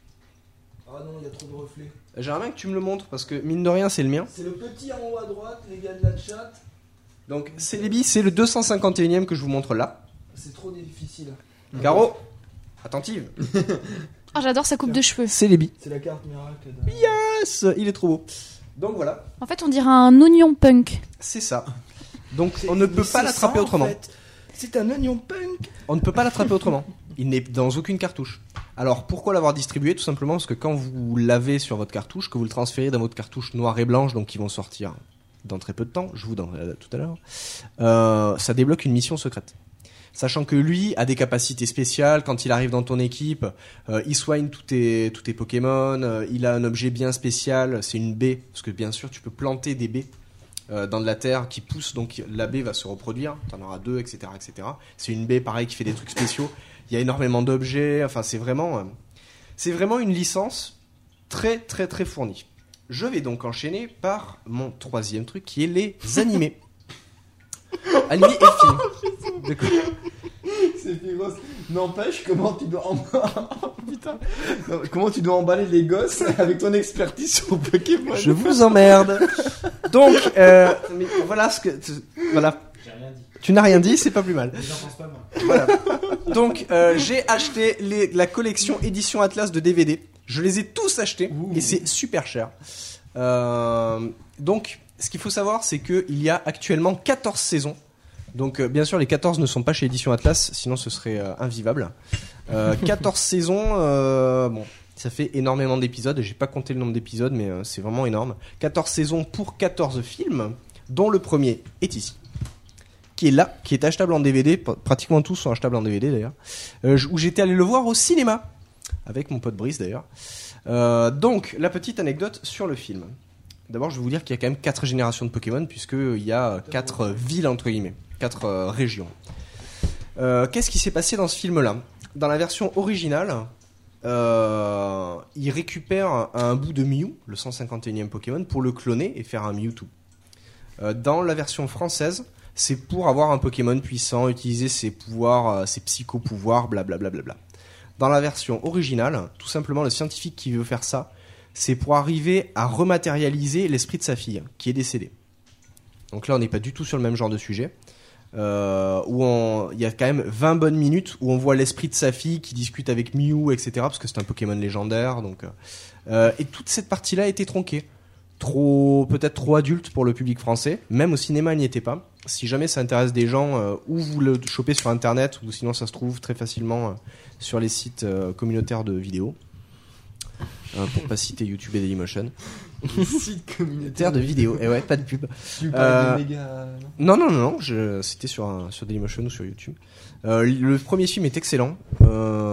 B: Ah non, il y a trop de reflets.
A: J'aimerais bien que tu me le montres parce que mine de rien, c'est le mien.
B: C'est le petit en haut à droite, les gars de la chat.
A: Donc, Celebi, c'est le deux cent cinquante et unième que je vous montre là.
B: C'est trop difficile.
A: Caro, attentive.
D: Ah, j'adore sa coupe de cheveux.
A: Celebi.
B: C'est la carte miracle. De...
A: Yes, il est trop beau. Donc voilà,
D: En fait, on dirait un oignon punk.
A: c'est ça. Donc, on ne peut
B: Mais
A: pas
B: c'est
A: l'attraper
B: ça, en
A: autrement.
B: fait. C'est un oignon punk.
A: On ne peut pas l'attraper autrement. Il n'est dans aucune cartouche. Alors pourquoi l'avoir distribué? Tout simplement parce que quand vous l'avez sur votre cartouche, que vous le transférez dans votre cartouche noire et blanche, donc qui vont sortir dans très peu de temps, je vous donnerai la date tout à l'heure, euh, ça débloque une mission secrète. Sachant que lui a des capacités spéciales, quand il arrive dans ton équipe, euh, il soigne tous tes, tous tes Pokémon, euh, il a un objet bien spécial, c'est une baie, parce que bien sûr tu peux planter des baies euh, dans de la terre qui poussent, donc la baie va se reproduire, t'en auras deux, et cetera, et cetera. C'est une baie pareil qui fait des trucs spéciaux. Il y a énormément d'objets, enfin c'est vraiment, euh, c'est vraiment une licence très très très fournie. Je vais donc enchaîner par mon troisième truc qui est les animés. Animés et films. De quoi ?
C: C'est féroce. N'empêche, comment tu dois emballer... Putain. Non, comment tu dois emballer les gosses avec ton expertise sur Pokémon.
A: Je vous emmerde. Donc, euh, mais voilà ce que, voilà.
E: J'ai rien dit.
A: Tu n'as rien dit, c'est pas plus mal.
E: Les gens pensent pas moi.
A: Voilà. Donc, euh, j'ai acheté les, la collection édition Atlas de D V D. Je les ai tous achetés
C: Ouh.
A: et c'est super cher. Euh, donc, ce qu'il faut savoir, c'est qu'il y a actuellement quatorze saisons. Donc, euh, bien sûr, les quatorze ne sont pas chez édition Atlas, sinon ce serait euh, invivable. Euh, quatorze saisons, euh, bon, ça fait énormément d'épisodes. J'ai pas compté le nombre d'épisodes, mais euh, c'est vraiment énorme. quatorze saisons pour quatorze films, dont le premier est ici. Qui est là, qui est achetable en D V D, pr- pratiquement tous sont achetables en D V D d'ailleurs, euh, où j'étais allé le voir au cinéma, avec mon pote Brice d'ailleurs. Euh, donc, la petite anecdote sur le film. D'abord, je vais vous dire qu'il y a quand même quatre générations de Pokémon, puisqu'il y a quatre euh, villes, entre guillemets, quatre euh, régions. Euh, qu'est-ce qui s'est passé dans ce film-là? Dans la version originale, euh, il récupère un, un bout de Mew, le cent cinquante et unième Pokémon, pour le cloner et faire un Mewtwo. Euh, dans la version française, c'est pour avoir un Pokémon puissant, utiliser ses pouvoirs, euh, ses psycho-pouvoirs, blablabla. Bla bla bla. Dans la version originale, tout simplement, le scientifique qui veut faire ça, c'est pour arriver à rematérialiser l'esprit de sa fille, qui est décédée. Donc là, on n'est pas du tout sur le même genre de sujet. Euh, où on, il y a quand même vingt bonnes minutes où on voit l'esprit de sa fille qui discute avec Mew, et cetera. Parce que c'est un Pokémon légendaire. Donc, euh, et toute cette partie-là a été tronquée. Trop, peut-être trop adulte pour le public français. Même au cinéma, il n'y était pas. Si jamais ça intéresse des gens, euh, ou vous le chopez sur Internet, ou sinon ça se trouve très facilement euh, sur les sites euh, communautaires de vidéos. Euh, pour pas citer YouTube et Dailymotion.
C: Site communautaire
A: Terre de vidéos. Et ouais, pas de pub.
C: Tu parles
A: Euh,
C: de méga.
A: Non, non, non, non. Je, c'était sur un, sur Dailymotion ou sur YouTube. Euh, le premier film est excellent. Euh,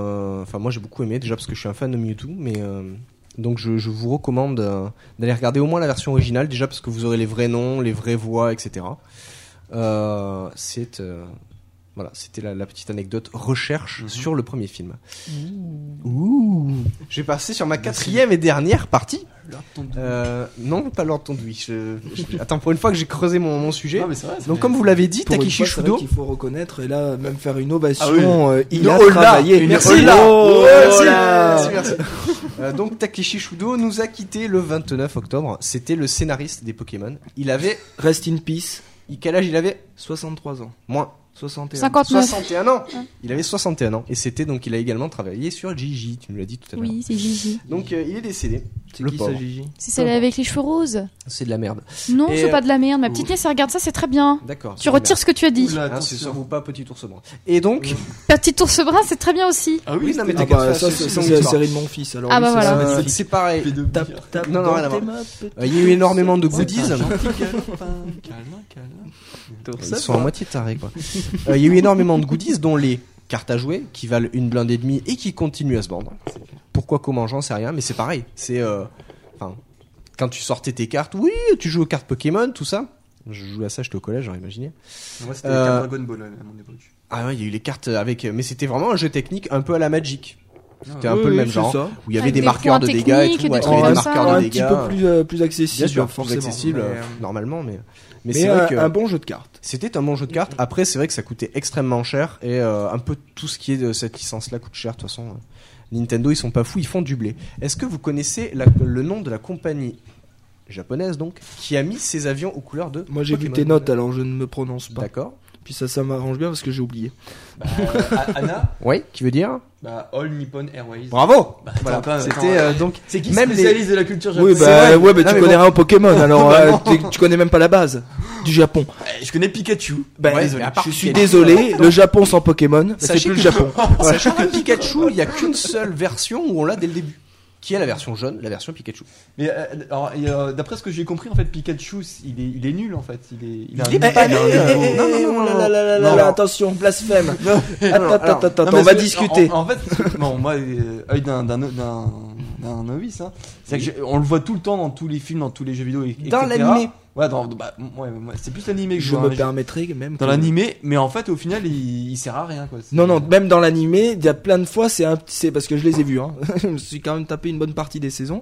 A: enfin moi j'ai beaucoup aimé déjà parce que je suis un fan de Mewtwo, mais euh, donc je, je vous recommande euh, d'aller regarder au moins la version originale déjà parce que vous aurez les vrais noms, les vraies voix, et cetera. Euh, c'est euh, voilà, c'était la, la petite anecdote recherche mm-hmm. sur le premier film. Ouh. Ouh. Je vais passer sur ma quatrième et dernière partie. Euh, non, pas Lord Tondouille. Je, je, attends, pour une fois que j'ai creusé mon, mon sujet. Non, mais c'est vrai, c'est donc, vrai. Comme vous l'avez dit, pour Takeshi Shudo.
B: Il faut reconnaître et là, même faire une ovation.
A: Ah oui.
B: euh, il
A: une
B: a
A: oh
B: travaillé.
A: Une merci.
B: Oh
A: oh merci, merci, merci. euh, donc, Takeshi Shudo nous a quitté le vingt-neuf octobre. C'était le scénariste des Pokémon. Il avait.
B: Rest in peace.
A: Quel âge il avait?
B: soixante-trois ans.
A: Moins.
B: soixante et un.
D: cinquante-neuf.
A: soixante et un ans. Il avait soixante et un ans. Et c'était donc, il a également travaillé sur Gigi. Tu nous l'as dit tout à l'heure.
D: Oui, c'est Gigi.
A: Donc, euh, il est décédé.
B: C'est
A: le
B: qui
A: pauvre.
B: ça, Gigi?
D: C'est celle avec les cheveux roses.
A: C'est de la merde.
D: Non,
A: Et
D: c'est
A: euh...
D: pas de la merde. Ma petite nièce, elle regarde ça, c'est très bien.
A: D'accord.
D: Tu retires ce que tu as dit.
A: Oula, hein, c'est surtout pas Petit ours brun. Et donc,
D: Petit ours brun, c'est très bien aussi.
A: ah oui, non mais
B: ah bah, ça, c'est, c'est la série de mon fils. Alors
D: ah
B: lui,
D: bah voilà.
A: Euh, c'est pareil.
B: Tape, tape,
A: non, non, rien à voir. Il y a eu énormément de goodies. Ils sont à moitié tarés, quoi. Il y a eu énormément de goodies, dont les cartes à jouer qui valent une blinde et demie et qui continuent à se vendre. Pourquoi, comment, j'en sais rien, mais c'est pareil. C'est, enfin, euh, quand tu sortais tes cartes, oui, tu joues aux cartes Pokémon, tout ça. Je jouais à ça, j'étais au collège, j'aurais imaginé.
C: Moi, c'était euh... les cartes Dragon Ball à mon époque.
A: Ah ouais, il y a eu les cartes avec, mais c'était vraiment un jeu technique un peu à la Magic. C'était
B: ah,
A: un
B: oui,
A: peu le
B: oui,
A: même genre
B: ça.
A: où il y avait
D: avec
A: des,
D: des
A: marqueurs de dégâts et tout, ouais, il y avait des marqueurs
B: un
A: de dégâts.
B: Un petit peu plus euh, plus accessible,
A: bien sûr,
B: forcément.
A: plus accessible
B: mais, euh...
A: normalement, mais mais,
B: mais
A: c'est
B: un,
A: vrai que
B: un bon jeu de cartes.
A: C'était un bon jeu de cartes. Après, c'est vrai que ça coûtait extrêmement cher et euh, un peu tout ce qui est de cette licence-là coûte cher. De toute façon, Nintendo ils sont pas fous, ils font du blé. Est-ce que vous connaissez la, le nom de la compagnie japonaise donc qui a mis ses avions aux couleurs de
B: Moi j'ai
A: Pokémon.
B: vu tes notes, alors je ne me prononce pas.
A: D'accord.
B: Puis ça, ça m'arrange bien parce que j'ai oublié.
C: Bah, euh, Anna.
A: Oui, qui veut dire
C: Bah, All Nippon Airways.
A: Bravo.
C: Bah,
A: voilà.
C: attends,
A: C'était
C: attends,
A: euh, donc
C: c'est qui
A: même
C: spécialiste
A: les...
C: de la culture japonaise.
B: Oui, bah ouais, mais
A: non,
B: tu
A: mais
B: connais
A: bon.
B: rien au Pokémon, alors euh, tu connais même pas la base du Japon.
C: Je connais Pikachu.
B: Bah,
A: ouais,
B: désolé.
A: je
B: suis désolé, le Japon sans Pokémon, bah, c'est plus
A: que...
B: le Japon.
A: Sachez que Pikachu, il y a qu'une seule version où on l'a dès le début. Qui est la version jaune, la version Pikachu.
C: Mais euh, alors, euh, d'après ce que j'ai compris, en fait, Pikachu, il est, il est nul en fait. Il est, il, a
A: il
C: un
A: est pas nul.
B: Non, non, non, non, non, attention, blasphème. Attends, attends, attends,
C: non,
B: on va
C: c'est,
B: discuter.
C: En, en fait, bon, moi, euh, œil d'un, d'un, d'un, d'un novice, hein, c'est que on le voit tout le temps dans tous les films, dans tous les jeux vidéo, et,
A: dans
C: et cetera.
A: l'animé.
C: Ouais, dans, bah, ouais, ouais, c'est plus l'animé que je,
B: je
C: vois,
B: me
C: hein,
B: permettrais même
C: dans
B: que...
C: l'animé, mais en fait, au final, il, il sert à rien, quoi. C'est...
B: Non, non, même dans l'animé, il y a plein de fois, c'est un, c'est parce que je les ai vus, hein. Je me suis quand même tapé une bonne partie des saisons.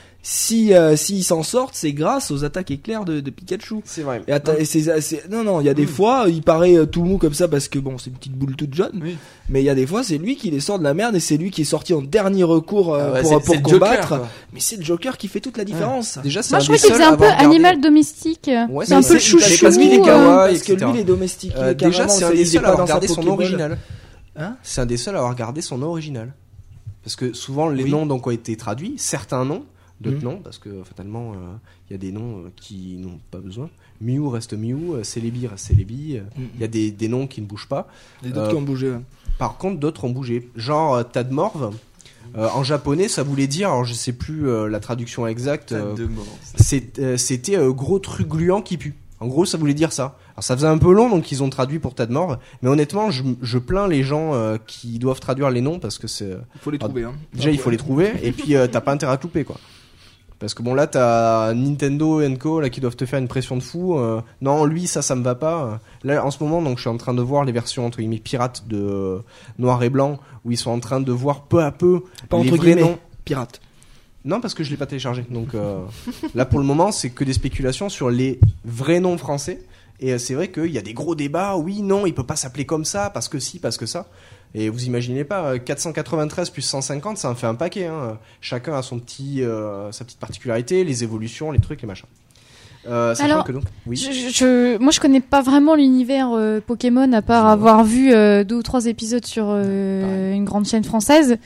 B: Si, euh, s'ils s'en sortent, c'est grâce aux attaques éclairs de, de Pikachu.
A: C'est vrai.
B: Et atta- et c'est, c'est, non, non, il y a des mmh. fois, il paraît euh, tout mou comme ça parce que bon, c'est une petite boule toute jeune. Oui. Mais il y a des fois, c'est lui qui les sort de la merde et c'est lui qui est sorti en dernier recours euh, ah ouais, pour,
C: c'est,
B: pour
C: c'est
B: combattre.
C: Joker,
B: mais c'est le Joker qui fait toute la différence.
A: Ouais. Déjà, c'est
D: moi,
A: un
D: je crois
A: des
D: qu'il faisait un peu
A: regardé...
D: animal domestique.
A: Ouais,
D: c'est un peu le chouchou.
A: Parce qu'il est kawaii,
B: euh, parce que lui, il est domestiqué.
A: Euh, déjà, c'est un des seuls à avoir gardé son original.
B: Hein
A: c'est un des seuls à avoir gardé son original. Parce que souvent, les
B: oui.
A: noms donc ont été traduits, certains noms. D'autres
B: mmh.
A: noms, parce que fatalement, il euh, y a des noms euh, qui n'ont pas besoin. Mew reste Mew, euh, Celebi reste Celebi. Il mmh. y a des, des noms qui ne bougent pas.
B: Et d'autres euh, qui ont bougé. Ouais.
A: Par contre, d'autres ont bougé. Genre, euh, Tadmorve, euh, en japonais, ça voulait dire, alors je sais plus euh, la traduction exacte, euh, c'est, euh, c'était euh, gros truc gluant qui pue. En gros, ça voulait dire ça. Alors ça faisait un peu long, donc ils ont traduit pour Tadmorve. Mais honnêtement, je, je plains les gens euh, qui doivent traduire les noms parce que c'est.
B: Il faut les trouver.
A: Alors,
B: hein.
A: Déjà, il faut les trouver, et puis euh, t'as pas intérêt à te louper, quoi. Parce que bon, là, t'as Nintendo et Co là qui doivent te faire une pression de fou. Euh, non, lui, ça, ça me va pas. Là, en ce moment, donc, je suis en train de voir les versions entre guillemets pirates de euh, Noir et Blanc, où ils sont en train de voir peu à peu
B: pas
A: les
B: entre
A: vrais
B: guillemets
A: noms.
B: Pirates.
A: Non, parce que je l'ai pas téléchargé. Donc euh, là, pour le moment, c'est que des spéculations sur les vrais noms français. Et euh, c'est vrai qu'il y a des gros débats. Oui, non, il peut pas s'appeler comme ça, parce que si, parce que ça. Et vous imaginez pas, quatre cent quatre-vingt-treize plus cent cinquante, ça en fait un paquet. Hein. Chacun a son petit, euh, sa petite particularité, les évolutions, les trucs, les machins. Euh,
D: Alors,
A: que donc, oui.
D: je, je, moi je connais pas vraiment l'univers euh, Pokémon à part avoir vu euh, deux ou trois épisodes sur euh, une grande chaîne française.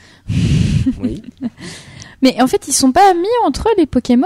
A: Oui.
D: Mais en fait, ils sont pas mis entre eux les Pokémon.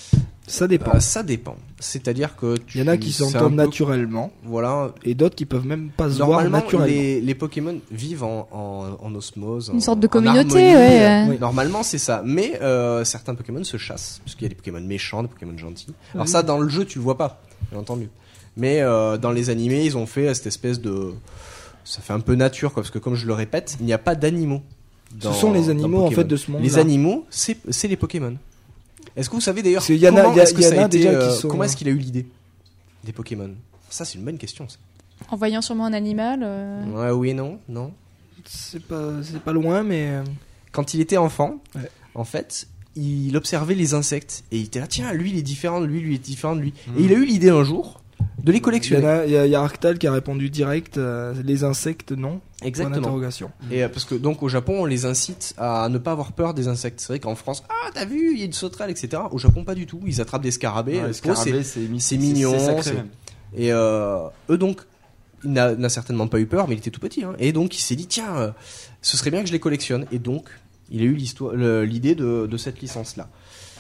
B: Ça dépend.
A: Euh, ça dépend. C'est-à-dire que tu...
B: il y en a qui s'entendent peu... naturellement,
A: voilà,
B: et d'autres qui peuvent même pas se voir naturellement.
A: Les, les Pokémon vivent en, en, en osmose,
D: une
A: en,
D: sorte de
A: en
D: communauté,
A: harmonie.
D: ouais.
A: Oui. Normalement, c'est ça. Mais euh, certains Pokémon se chassent, parce qu'il y a des Pokémon méchants, des Pokémon gentils. Alors oui. Ça, dans le jeu, tu le vois pas, bien entendu. Mais euh, dans les animés, ils ont fait cette espèce de... Ça fait un peu nature, quoi, parce que comme je le répète, il n'y a pas d'animaux. dans,
B: Ce sont les
A: dans
B: animaux en
A: Pokémon.
B: fait de ce monde.
A: Les animaux, c'est c'est les Pokémon. Est-ce que vous savez d'ailleurs
B: Parce qu'il y en a-
A: comment
B: il y a-
A: est-ce que
B: il y en
A: ça
B: a
A: a été,
B: déjà qui
A: euh,
B: sont-
A: comment est-ce qu'il a eu l'idée des Pokémon? Ça, c'est une bonne question. Ça.
D: En voyant sûrement un animal. euh,
A: Ouais, oui, non, non.
B: C'est pas, c'est pas loin, mais. euh,
A: Quand il était enfant,
B: Ouais.
A: en fait, il observait les insectes et il était là, tiens, lui il est différent de lui, lui il est différent de lui.
C: Mm.
A: Et il a eu l'idée un jour de les
B: Il y, en
A: collectionner.
B: a, il y a- il y a Arctal qui a répondu direct euh, les insectes, non. Point
A: Exactement.
B: d'interrogation.
A: Et euh, parce que donc au Japon, on les incite à ne pas avoir peur des insectes. C'est vrai qu'en France, ah t'as vu, il y a une sauterelle, et cetera. Au Japon, pas du tout. Ils attrapent des scarabées.
C: Ouais,
A: Euh,
C: le
A: pour eux, c'est-
C: scarabée, c'est mi-
A: c'est mignon,
C: c'est sacré
A: c'est-
C: même.
A: Et euh, eux donc, il n'a, n'a certainement pas eu peur, mais il était tout petit. Hein. Et donc il s'est dit, tiens, euh, ce serait bien que je les collectionne. Et donc, il a eu l'histoire, le- l'idée de, de cette licence-là.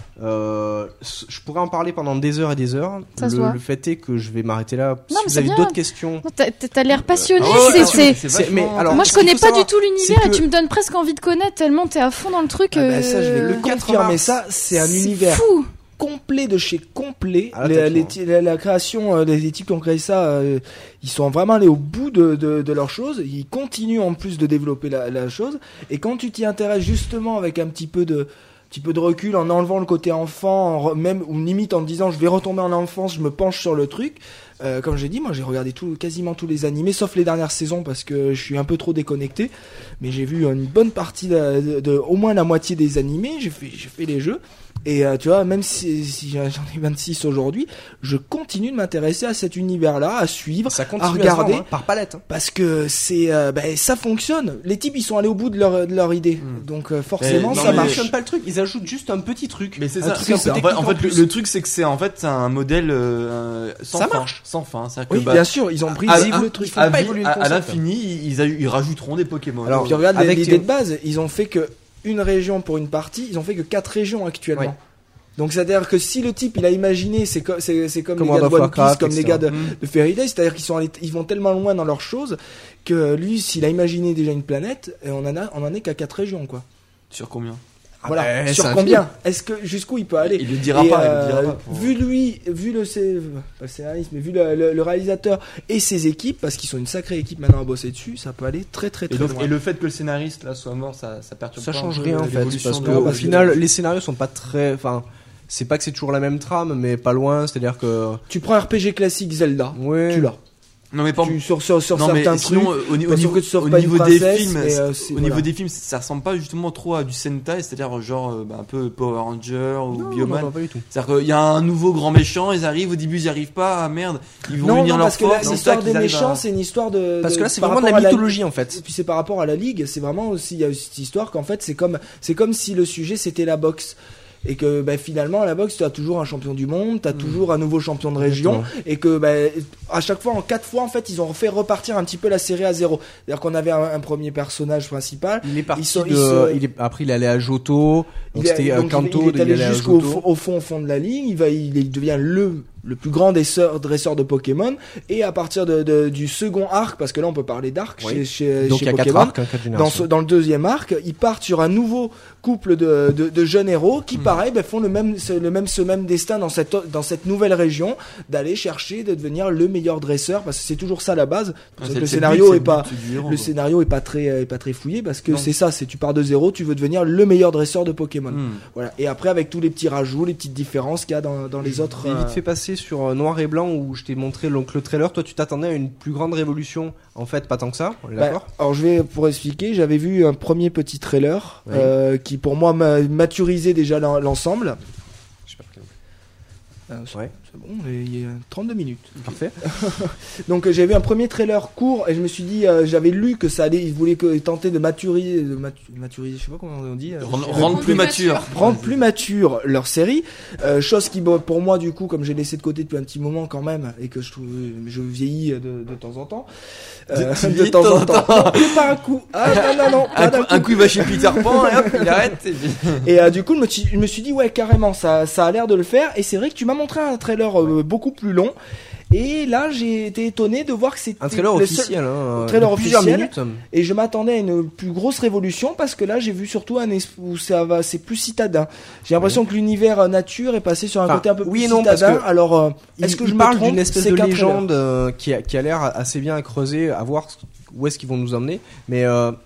A: Euh, je pourrais en parler pendant des heures et des heures.
D: Ça se
A: Le,
D: voit.
A: le fait est que je vais m'arrêter là.
D: Non,
A: si
D: mais
A: vous
D: c'est
A: avez
D: bien.
A: d'autres questions,
D: Non, T'as, t'as- t'as l'air passionné.
A: Ah ouais,
D: c'est,
A: ouais,
D: c'est-
C: c'est
A: c'est- mais
C: vachement-
A: alors,
D: Moi, je
A: ce qu'il
D: connais
A: faut
D: pas
A: savoir,
D: du tout l'univers
A: c'est
D: et
A: que-
D: tu me donnes presque envie de connaître tellement t'es à fond dans le truc.
B: Ah bah, ça, je vais
D: euh,
B: le confirmer.
A: mars,
B: Ça, c'est un univers
D: Fou.
B: complet de chez complet.
A: Ah, là,
B: Les-
A: t'as
B: les
A: tout,
B: ti- la, la création, euh, les types qui ont créé ça, euh, ils sont vraiment allés au bout de, de, de leur chose. Ils continuent en plus de développer la, la chose. Et quand tu t'y intéresses justement avec un petit peu de petit peu de recul, en enlevant le côté enfant, en re- même ou limite en te disant je vais retomber en enfance, je me penche sur le truc. Euh, comme j'ai dit, moi j'ai regardé tout, quasiment tous les animés, sauf les dernières saisons parce que je suis un peu trop déconnecté. Mais j'ai vu une bonne partie de, de- de- au moins la moitié des animés. J'ai fait, j'ai fait les jeux. Et euh, tu vois, même si, si j'en ai vingt-six aujourd'hui, je continue de m'intéresser à cet univers-là, à suivre,
A: ça
B: à
A: continue à,
B: regarder.
A: se vendre, hein, par palette. Hein.
B: Parce que c'est, euh, ben, ça fonctionne. Les types, ils sont allés au bout de leur, de leur idée.
C: Mm.
B: Donc euh, forcément,
C: Mais non,
B: ça
C: mais-
B: marche.
A: fonctionne pas le truc. Ils ajoutent juste un petit truc.
C: Mais c'est
A: un
C: ça.
A: truc
C: c'est
A: un
C: ça.
A: peu
C: En fait,
A: technique
C: en fait, le,
A: plus.
C: le truc c'est que c'est en fait c'est un modèle euh, sans
A: Ça
C: fin,
A: marche.
C: sans fin. C'est-à-dire que
B: Oui,
C: bah,
B: bien sûr, ils ont brisé
C: à-
B: le
C: à-
B: truc.
A: faut
C: à,
A: pas
C: vi-
A: évoluer le
C: à- à
A: concept.
C: l'infini, ils, a- ils rajouteront des Pokémon.
A: Alors,
B: Puis regarde
A: avec-
B: l'idée de base, ils ont fait que une région pour une partie, ils ont fait que quatre régions actuellement.
A: Ouais.
B: Donc c'est-à-dire que si le type il a imaginé, c'est co- c'est c'est comme,
A: Comme
B: les gars de
A: World of
B: One Piece,
A: Warcraft,
B: comme les
A: et cetera.
B: gars de,
C: Mm.
B: de Fairy Tail, c'est-à-dire qu'ils sont allés, ils vont tellement loin dans leurs choses que lui, s'il a imaginé déjà une planète, et on en a, on en est qu'à quatre régions quoi.
C: Sur combien?
A: Ah
B: Voilà.
A: bah,
B: Sur
A: c'est
B: combien? Est-ce que jusqu'où il peut aller?
C: Il le dira
B: Et,
C: pas. il
B: euh,
C: le dira pas pour-
B: Vu lui, vu le, scé- pas le scénariste, mais vu le, le- le réalisateur et ses équipes, parce qu'ils sont une sacrée équipe maintenant à bosser dessus, ça peut aller très très
C: Et,
B: très
C: donc-
B: loin.
C: et le fait que le scénariste là soit mort, ça, ça perturbe
A: Ça
C: pas un
A: change
C: peu
A: rien en fait,
C: l'évolution
A: parce
C: de-
A: que
B: Non,
A: au
B: parce que-
A: final, les scénarios sont pas très, enfin, c'est pas que c'est toujours la même trame, mais pas loin. C'est-à-dire que,
B: Tu prends un R P G classique Zelda,
A: ouais,
B: tu l'as.
C: Non mais pas.
B: Tu, sur sur, sur
C: Non mais
B: certains
C: sinon
B: trucs.
C: au, au- au
B: parce
C: niveau,
B: que tu sauves
C: au
B: pas une
C: niveau des
B: princesse,
C: films,
B: et, euh, c'est-
C: au
B: voilà.
C: niveau des films, ça ressemble pas justement trop à du Sentai, c'est-à-dire genre euh, bah, un peu Power Ranger ou
A: non,
C: Bioman.
A: non, pas du tout.
C: C'est-à-dire qu'il y a un nouveau grand méchant, ils arrivent au début, ils y arrivent pas, ah merde, ils vont
B: Non,
C: unir
B: non,
C: leurs
B: parce que la-
C: forces. c'est ça
B: l'histoire
C: qu'ils
B: des
C: arrivent à-
B: méchants, c'est une histoire de.
A: Parce
B: de-
A: que là, c'est
B: par
A: vraiment de la
B: rapport à
A: mythologie en
B: Et
A: fait.
B: puis c'est par rapport à la ligue, c'est vraiment aussi il y a cette histoire qu'en fait c'est comme c'est comme si le sujet c'était la boxe. Et que bah, finalement à la boxe tu as toujours un champion du monde, tu as toujours un nouveau champion de région, et que bah, à chaque fois en quatre fois en fait ils ont fait repartir un petit peu la série à zéro. C'est-à-dire qu'on avait un, un premier personnage principal,
A: Il est parti
B: Ils sont-
A: de,
B: ils sont-
A: il est, après il est allé à Johto, donc
B: il, est-
A: c'était euh,
B: donc, il-
A: Kanto,
B: il
A: de
B: est allé
A: il est allé à
B: jusqu'au
A: Johto.
B: fond- au fond au fond de la ligne, il va il, il devient le le plus grand dresseur, dresseur de Pokémon, et à partir de, de- du second arc, parce que là on peut parler d'arc
A: Oui.
B: chez, chez,
A: Donc
B: chez
A: il y a quatre
B: Pokémon,
A: arcs, hein, quatre
B: dans,
A: générations.
B: ce, dans le deuxième arc, ils partent sur un nouveau couple de, de, de jeunes héros qui, pareil, ben, font le même, ce- le même, ce même destin dans cette, dans cette nouvelle région, d'aller chercher, de devenir le meilleur dresseur, parce que c'est toujours ça la base.
C: Ouais,
B: C'est
C: c'est-
B: que le
C: c'est
B: scénario
C: but, c'est
B: est pas,
C: but du héros,
B: le
C: quoi.
B: scénario est pas très, est pas très fouillé, parce que
C: Non.
B: c'est ça, c'est tu pars de zéro, tu veux devenir le meilleur dresseur de Pokémon.
C: Hmm.
B: Voilà. Et après, avec tous les petits rajouts, les petites différences qu'il y a dans, dans les autres.
A: J'ai vite
B: euh,
A: fait passer sur euh, Noir et Blanc où je t'ai montré donc, le trailer. Toi, tu t'attendais à une plus grande révolution. En fait, pas tant que ça. On est
B: Bah,
A: d'accord.
B: alors je vais pour expliquer, j'avais vu un premier petit trailer
A: Oui.
B: euh, qui pour moi m'a maturisé déjà l'en- l'ensemble.
A: Je sais pas quel-
B: Euh, c'est
A: Ouais.
B: c'est bon, il y a trente-deux minutes.
A: Parfait.
B: Donc euh, j'ai vu un premier trailer court et je me suis dit, euh, j'avais lu que ça allait, ils voulaient que, tenter de maturiser, de matu- maturiser, je sais pas comment on dit, euh,
C: Rendre,
B: je-
C: rendre plus
D: plus
C: mature.
D: mature.
B: rendre plus mature leur série, euh, chose qui bon, pour moi du coup comme j'ai laissé de côté depuis un petit moment quand même et que je trouve je vieillis de, de temps en temps, euh,
C: Tu
B: de
C: vieillis
B: temps
C: de
B: en
C: temps en
B: temps, Non, pas un coup, ah non non non, pas
C: Un
B: d'un
C: coup, un coup, il va chez Peter Pan et hop, il arrête. et puis-
B: Et euh, du coup, je me, suis, je me suis dit, ouais, carrément, ça, ça a l'air de le faire. Et c'est vrai que tu m'as montré un trailer euh, beaucoup plus long. Et là, j'ai été étonné de voir que c'était
A: Un trailer
B: le seul-
A: officiel. Hein,
B: trailer
A: de plusieurs
B: officiel.
A: minutes.
B: Et je m'attendais à une plus grosse révolution parce que là, j'ai vu surtout un es- où ça va, c'est plus citadin. J'ai l'impression que l'univers euh, nature est passé sur un
A: Enfin,
B: côté un peu
A: oui
B: plus
A: et non, parce
B: citadin.
A: que
B: Alors, euh,
A: Il,
B: est-ce que
A: il
B: je me
A: parle
B: trompe
A: d'une espèce
B: C'est
A: de
B: qu'un trailer.
A: légende euh, qui, a, qui a l'air assez bien à creuser, à voir ce- où est-ce qu'ils vont nous emmener. Mais euh,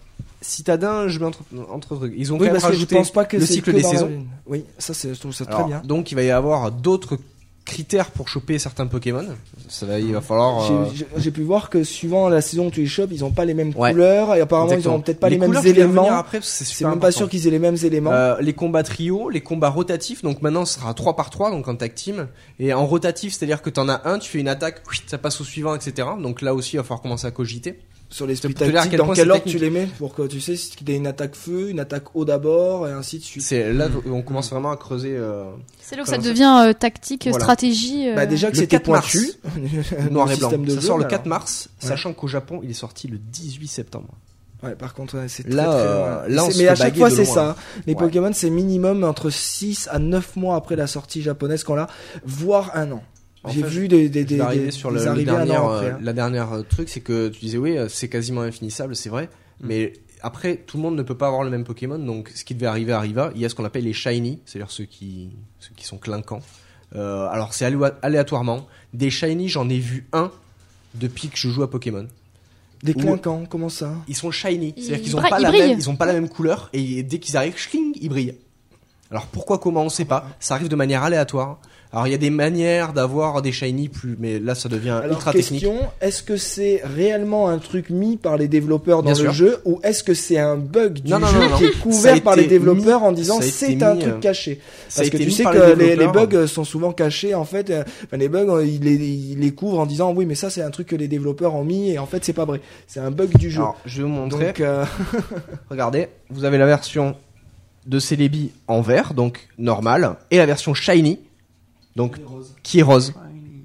A: Citadin, je mets entre, entre trucs. Ils ont
B: Oui,
A: quand même
B: parce que je
A: rajouté
B: pense pas que
A: le
B: c'est
A: cycle
B: que
A: des
B: dans la
A: saisons.
B: lune. Oui, ça c'est, je trouve ça très
A: Alors,
B: bien.
A: donc il va y avoir d'autres critères pour choper certains Pokémon. Ça va, il va falloir.
B: J'ai-
A: euh,
B: J'ai, j'ai pu voir que suivant la saison où tu les chopes, ils ont pas les mêmes
A: Ouais.
B: couleurs et apparemment
A: exactement.
B: ils auront peut-être pas les, mêmes
A: couleurs, je vais y revenir
B: éléments.
A: Après, parce que c'est
B: C'est
A: super
B: même pas
A: important.
B: sûr qu'ils aient les mêmes éléments.
A: Euh, les combats trio, les combats rotatifs, donc maintenant ce sera trois par trois, donc en tag team. Et en rotatif, c'est-à-dire que t'en as un, tu fais une attaque, oui, ça passe au suivant, et cetera. Donc là aussi, il va falloir commencer à cogiter.
B: Sur les
A: c'est
B: splits
A: pour te dire à
B: tactiques,
A: quel
B: dans
A: point
B: quel
A: c'est
B: ordre
A: technique.
B: tu les mets pour que tu sais si tu as une attaque feu, une attaque eau d'abord et ainsi de suite.
A: C'est là, on commence vraiment à creuser. Euh,
D: C'est là où
A: Comment
D: ça
A: ça
D: devient euh, tactique,
A: Voilà.
D: stratégie. euh,
B: Bah déjà que
A: le
B: c'était
A: quatre mars.
B: pointu,
A: noir
B: le
A: et blanc.
B: système de
A: Ça
B: jeu,
A: sort le
B: alors.
A: quatre mars,
B: Ouais.
A: sachant qu'au Japon, il est sorti le dix-huit septembre.
B: Ouais, par contre, ouais, c'est très,
A: Là,
B: très
A: euh,
B: loin.
A: là, on
B: C'est-
A: se
B: mais
A: fait
B: à chaque
A: baguer
B: fois,
A: de
B: c'est
A: loin.
B: ça. Les
A: Ouais.
B: Pokémon, c'est minimum entre six à neuf mois après la sortie japonaise qu'on l'a, voire un an.
A: En
B: J'ai
A: fait,
B: vu des, des,
A: Je
B: des,
A: vais arriver
B: des-
A: sur
B: des
A: le, le
B: arrivées un
A: dernier,
B: an après.
A: euh,
B: hein.
A: la dernière euh, truc, c'est que tu disais oui, euh, c'est quasiment infinissable, c'est vrai,
B: Mm.
A: mais après tout le monde ne peut pas avoir le même Pokémon, donc ce qui devait arriver arriva. Il y a ce qu'on appelle les shiny, c'est-à-dire ceux qui ceux qui sont clinquants. Euh, alors c'est alé- aléatoirement. Des shiny, j'en ai vu un depuis que je joue à Pokémon.
B: Des
A: Ou-
B: clinquants, comment ça?
A: Ils sont shiny,
D: Ils
A: c'est-à-dire qu'ils ont
D: bra-
A: pas
D: ils
A: la
D: brillent.
A: même, ils ont pas la même couleur et dès qu'ils arrivent, schling, ils brillent. Alors pourquoi, comment, on sait pas. Ça arrive de manière aléatoire. Alors il y a des manières d'avoir des shiny plus, mais là ça devient
B: Alors,
A: ultra technique.
B: question, est-ce que c'est réellement un truc mis par les développeurs dans
A: Bien
B: le
A: sûr.
B: jeu ou est-ce que c'est un bug du
A: Non, non,
B: jeu
A: non, non.
B: qui est
A: Ça a
B: couvert par les
A: été
B: développeurs
A: mis-
B: en disant
A: ça a été
B: c'est un
A: mis,
B: truc
A: euh,
B: caché?
A: Ça a
B: Parce que
A: été
B: tu
A: mis
B: sais
A: par
B: que
A: les
B: les, les
A: développeurs.
B: bugs sont souvent cachés en fait. euh, Enfin, les bugs, euh, ils les, ils les couvrent en disant oui mais ça c'est un truc que les développeurs ont mis et en fait c'est pas vrai. C'est un bug du jeu.
A: Alors je vais vous montrer.
B: Donc euh,
A: Regardez, vous avez la version de Celebi en vert, donc normal, et la version shiny, donc qui est rose.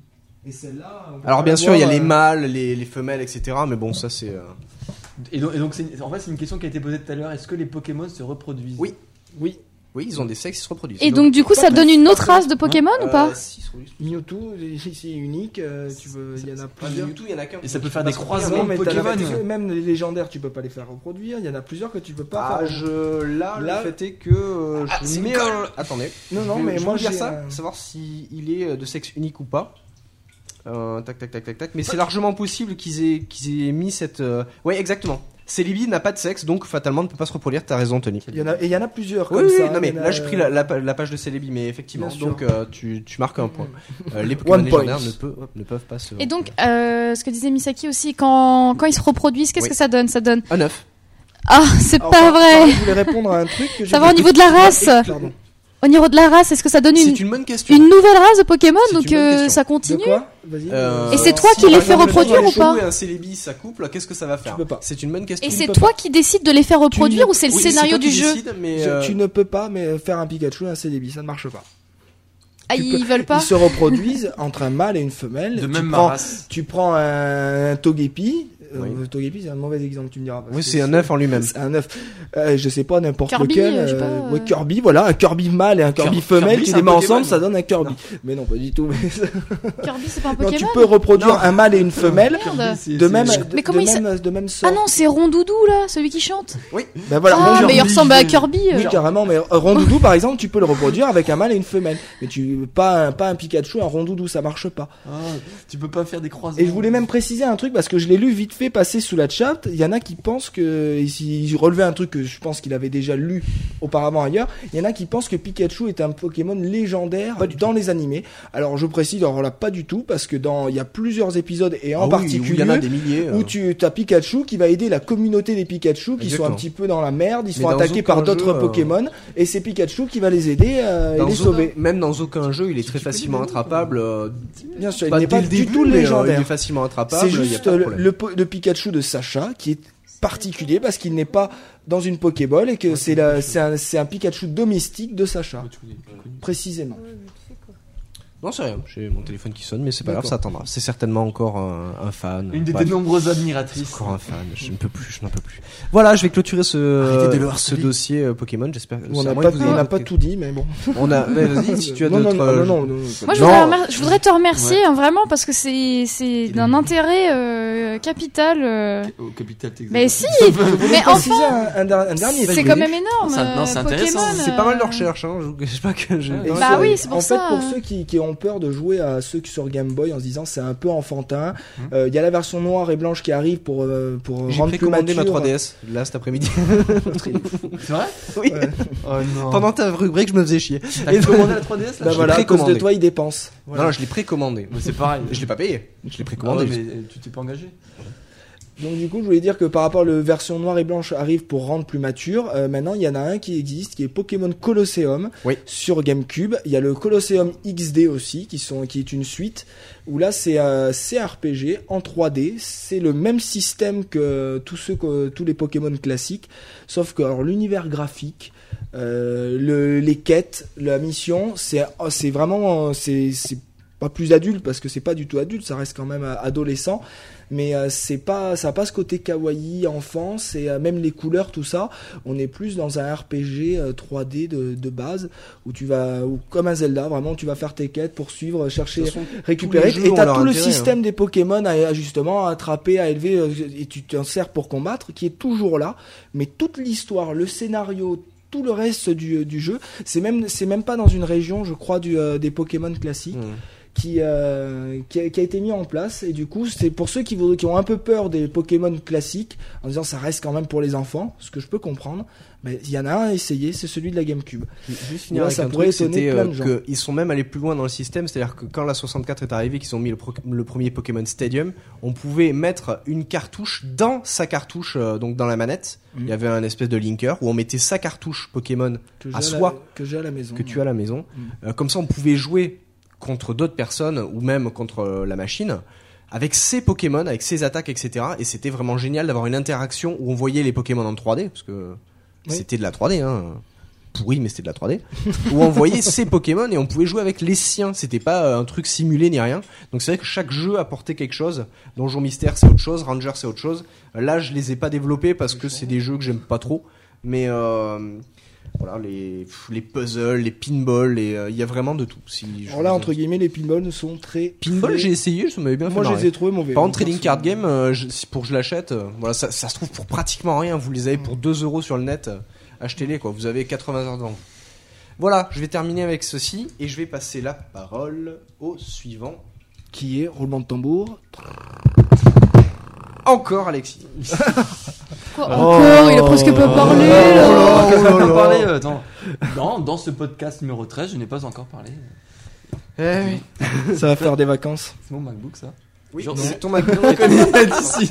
B: et celle-là. on peut
A: Alors
B: pas
A: bien
B: la
A: sûr, il y a
B: voir,
A: les
B: euh,
A: mâles, les, les femelles, et cetera. Mais bon, ça c'est. euh,
C: Et donc, et donc c'est, en fait, c'est une question qui a été posée tout à l'heure. Est-ce que les Pokémon se reproduisent?
A: Oui.
B: Oui.
A: Oui, ils ont des sexes qui se reproduisent.
D: Et donc du coup,
B: pas
D: ça
B: tous,
D: donne une
B: pas
D: autre
B: tous.
D: race de Pokémon ou pas
A: Euh, si, ils se reproduisent.
B: Mewtwo, c'est unique. euh, tu veux, il y en a
A: Ah,
B: plusieurs.
A: Mewtwo, il y en a qu'un.
C: Et ça peut
A: Tu
C: faire
A: peux
C: des
A: pas se
C: croisements.
B: Non,
A: reproduire.
B: mais t'as la
C: Pokémon.
B: version- même les légendaires, tu peux pas les faire reproduire. Il y en a plusieurs que tu peux pas
A: Ah,
B: faire.
A: je là,
B: Là-
A: le fait est que euh,
C: Ah,
A: je
C: c'est
A: mets
C: une
A: un.
C: colle.
A: Attendez.
B: Non,
A: Je
B: non,
A: vais-
B: mais
A: je vais
B: moi
A: vous dire
B: j'ai
A: ça,
B: un-
A: savoir si il est de sexe unique ou pas. Euh, tac, tac, tac, tac, tac. Mais c'est largement possible qu'ils aient qu'ils aient mis cette. euh, Ouais, exactement. Celebi n'a pas de sexe, donc fatalement ne peut pas se reproduire. T'as raison, Tony.
B: Il y en a, et il y en a plusieurs
A: Oui,
B: comme
A: oui,
B: ça.
A: non mais
B: il y en a-
A: là j'ai pris la, la, la page de Celebi, mais effectivement,
B: Bien sûr.
A: donc euh, tu, tu marques un point. Euh, les Pokémon
B: One
A: légendaires
B: point.
A: ne, peut, ne peuvent pas se.
D: Et donc, euh, ce que disait Misaki aussi, quand, quand ils se reproduisent, qu'est-ce
A: Oui.
D: que ça donne? Ça donne.
A: Un œuf.
D: Ah, c'est
B: Alors,
D: pas
B: par-
D: vrai!
B: par- Je voulais répondre à un truc que j'ai
D: Savoir au
B: vu-
D: niveau de la race.
B: Pardon.
D: Au niveau de la race, est-ce que ça donne une,
A: C'est une bonne question.
D: une nouvelle race de Pokémon?
A: C'est
D: Donc
A: une bonne
D: euh,
A: question.
D: ça
B: De
D: continue?
B: quoi Vas-y.
A: Euh,
D: Et c'est toi
A: si
D: qui les
A: par
D: fais
A: exemple,
D: reproduire
A: un
D: ou pas
A: Chou et un Celebi s'accouplent, qu'est-ce que ça va faire?
B: peux pas.
A: C'est une bonne question.
D: Et
B: tu
D: c'est
B: peux
D: toi
B: pas.
D: qui décides de les faire reproduire
B: ne-
D: ou c'est le
A: Oui, c'est
D: scénario
A: toi qui
D: du jeu?
A: décides, mais
B: Je-
A: euh,
B: Tu ne peux pas mais faire un Pikachu et un Celebi, ça ne marche pas.
D: Ah,
B: tu
D: ils
B: peux-
D: veulent pas?
B: Ils se reproduisent entre un mâle et une femelle.
C: De
B: tu
C: même
B: prends,
C: race.
B: Tu prends un, un Togepi. Euh,
A: Oui.
B: Togepi, c'est un mauvais exemple, tu me diras. parce
A: Oui,
B: que
A: c'est un œuf en lui-même.
B: C'est un œuf. Euh, je sais pas, n'importe
D: Kirby,
B: lequel.
D: euh, je sais pas,
B: euh,
D: euh.
B: ouais, Kirby, voilà, un Kirby mâle et un Kirby
C: Kirby,
B: femelle,
C: Kirby,
B: tu
C: c'est
B: les
C: un
B: mets
C: Pokémon.
B: ensemble, ça donne un Kirby. Mais non, pas du tout. mais-
D: Kirby, c'est pas un
B: Non,
D: Pokémon?
B: tu peux reproduire un mâle et une femelle
D: Merde.
C: C'est-
B: de
C: c'est-
B: même,
D: Mais
B: de,
D: comment
B: de
D: il
B: même, de même sort.
D: Ah non, c'est Rondoudou là, celui qui chante.
B: Ben voilà,
D: Ah,
B: Rondoudou-
D: mais il ressemble à Kirby. euh.
B: Oui, carrément, mais euh, Rondoudou, par exemple, tu peux le reproduire avec un mâle et une femelle. Mais tu, pas un, pas un Pikachu, un Rondoudou, ça marche pas.
C: Ah, tu peux pas faire des croisements.
B: Et je voulais même préciser un truc parce que je l'ai lu vite fait passer sous la chat. Il y en a qui pensent que, s'il relevait un truc que je pense qu'il avait déjà lu auparavant ailleurs, il y en a qui pensent que Pikachu est un Pokémon légendaire dans les animés. Alors je précise, alors là pas du tout parce que dans, il y a plusieurs épisodes et en
A: Ah oui,
B: particulier
A: où il y en a des milliers.
B: où
A: euh.
B: tu as Pikachu qui va aider la communauté des Pikachu qui
A: Exactement.
B: sont un petit peu dans la merde, ils se
A: Mais
B: font
A: dans
B: attaquer
A: aucun
B: par d'autres
A: jeu, euh,
B: Pokémon et c'est Pikachu qui va les aider euh, et
A: Dans
B: les
A: aucun-
B: sauver.
A: Même dans aucun jeu, il est très facilement attrapable. euh,
B: Bien sûr, il
A: pas
B: n'est
A: dès
B: pas
A: le
B: du
A: début,
B: tout
A: mais, euh,
B: légendaire.
A: il est facilement attrapable.
B: C'est
A: il y a
B: juste
A: pas de
B: le,
A: problème.
B: le, po- le Pikachu de Sacha qui est particulier parce qu'il n'est pas dans une Pokéball et que c'est la- c'est un, c'est un Pikachu domestique de Sacha, précisément.
A: Non, c'est rien. J'ai mon téléphone qui sonne, mais c'est pas grave,
B: D'accord.
A: ça attendra. C'est certainement encore un, un fan.
C: Une de
A: Bref.
C: tes nombreuses admiratrices.
A: Encore un fan, je ne peux plus, je n'en peux plus. Voilà, je vais clôturer ce,
C: Arrêtez de le
A: ce
C: harceler.
A: dossier euh, Pokémon, j'espère.
B: On
A: à
B: n'a
A: moins
B: pas,
A: que vous
B: on
A: ayez
B: n'a
A: d'autres
B: pas tout dit, mais bon.
A: questions. On a, ouais, vas-y, si tu as
B: non, non,
A: d'autres.
B: non,
A: euh,
B: non, non, non,
D: Moi, je
A: Non.
D: voudrais, remer- je voudrais te remercier hein, vraiment parce que c'est c'est d'un intérêt euh, euh, capitale. euh,
E: Au capital Texas.
D: Mais si,
B: Mais
D: mais
B: préciser
D: enfin,
B: un, un, der- un dernier
D: c'est
B: truc.
D: quand même énorme.
E: C'est un- non, c'est
D: euh,
E: intéressant.
D: Pokémon,
A: C'est pas mal de
D: euh,
A: recherche, hein. Je je sais pas que je.
E: Ouais.
B: Et
D: Bah
B: sur-
D: oui, c'est pour
B: en
D: ça,
B: fait, pour
D: euh.
B: ceux qui, qui ont peur de jouer à ceux qui sur Game Boy en se disant c'est un peu enfantin, il
E: Mmh.
B: euh, y a la version noire et blanche qui arrive pour pour, pour
A: J'ai
B: rendre plus
A: précommandé ma
B: mature.
A: trois D S là cet après-midi.
E: C'est vrai?
A: Oui.
B: Ouais.
E: Oh non.
A: Pendant ta rubrique, je me faisais chier.
E: T'as commandé la trois D S là?
B: Bah
A: l'ai
B: voilà, à cause de
A: précommandé.
B: toi, il dépense.
A: Non, non, je l'ai précommandé.
E: Mais c'est pareil.
A: Je l'ai pas payé. Je l'ai
E: Ah
A: précommandé.
E: ouais, mais tu t'es pas engagé?
B: Donc du coup, je voulais dire que par rapport à la version noire et blanche arrive pour rendre plus mature, euh, maintenant il y en a un qui existe, qui est Pokémon Colosseum
A: Oui.
B: sur GameCube. Il y a le Colosseum X D aussi, qui sont qui est une suite où là c'est un C R P G en trois D. C'est le même système que tous ceux que tous les Pokémon classiques, sauf que alors l'univers graphique, euh, le, les quêtes, la mission, c'est oh, c'est vraiment c'est c'est pas plus adulte parce que c'est pas du tout adulte, ça reste quand même euh, adolescent. Mais euh, c'est pas, ça a pas ce côté kawaii enfance et euh, même les couleurs tout ça. On est plus dans un R P G euh, trois D de, de base où tu vas, ou comme un Zelda, vraiment tu vas faire tes quêtes, poursuivre, chercher,
A: De toute façon,
B: récupérer.
A: tous les jeux
B: Et
A: ont
B: t'as
A: leur
B: tout le
A: intérêt,
B: système des Pokémon à, à justement à attraper, à élever euh, et tu t'en sers pour combattre, qui est toujours là. Mais toute l'histoire, le scénario, tout le reste du, du jeu, c'est même, c'est même pas dans une région, je crois, du, euh, des Pokémon classiques.
A: Hmm.
B: Qui, euh, qui, a, qui a été mis en place et du coup c'est pour ceux qui, voudraient- qui ont un peu peur des Pokémon classiques en disant ça reste quand même pour les enfants, ce que je peux comprendre, mais il y en a un à essayer, c'est celui de la GameCube.
A: Juste finir
B: Là,
A: avec
B: ça
A: un
B: pourrait
A: truc,
B: étonner
A: c'était
B: plein
A: euh,
B: de gens.
A: que ils sont même allés plus loin dans le système, c'est-à-dire que quand la soixante-quatre est arrivée, qu'ils ont mis le, pro- le premier Pokémon Stadium, on pouvait mettre une cartouche dans sa cartouche, euh, donc dans la manette.
B: Mhm.
A: Il y avait un espèce de linker où on mettait sa cartouche Pokémon
B: Que j'ai
A: à
B: la-
A: soi
B: que j'ai à la maison.
A: que tu as à la maison.
B: Mhm.
A: Euh, comme ça, on pouvait jouer contre d'autres personnes ou même contre euh, la machine avec ses Pokémon, avec ses attaques, et cetera. Et c'était vraiment génial d'avoir une interaction où on voyait les Pokémon en trois D parce que
B: Oui.
A: c'était de la trois D, hein. Pourri, mais c'était de la trois D. Où on voyait ses Pokémon et on pouvait jouer avec les siens. C'était pas euh, un truc simulé ni rien. Donc c'est vrai que chaque jeu apportait quelque chose. Donjon Mystère c'est autre chose, Ranger c'est autre chose. Là je les ai pas développés parce que c'est des jeux que j'aime pas trop. Mais euh, voilà, les, pff, les puzzles, les pinballs, il euh, y a vraiment de tout. Si je
B: Alors là,
A: vous
B: entre
A: en-
B: guillemets, les pinballs sont très.
A: Pinball
B: très-
A: j'ai essayé, ça m'avait bien fait
B: Moi, je
A: marrer.
B: les ai trouvés mauvais.
A: Par contre,
B: Moi,
A: Trading Card Game, euh, je- pour que je l'achète, euh, voilà, ça, ça se trouve pour pratiquement rien. Vous les avez pour deux euros sur le net. euh, Achetez-les, quoi. Vous avez quatre-vingts heures dedans. Voilà, je vais terminer avec ceci et je vais passer la parole au suivant.
B: Qui est roulement de tambour.
A: Encore Alexis.
D: Quoi, encore, il a presque pas parlé. là.
E: Oh, qu'est-ce qu'on peut parler euh, attends. Dans, dans ce podcast numéro treize, je n'ai pas encore parlé.
A: Eh oui.
B: Ça va faire des vacances.
E: C'est mon MacBook ça.
A: Oui,
E: Genre,
A: c'est
E: c'est-
A: ton McDonald's qu'on est d'ici.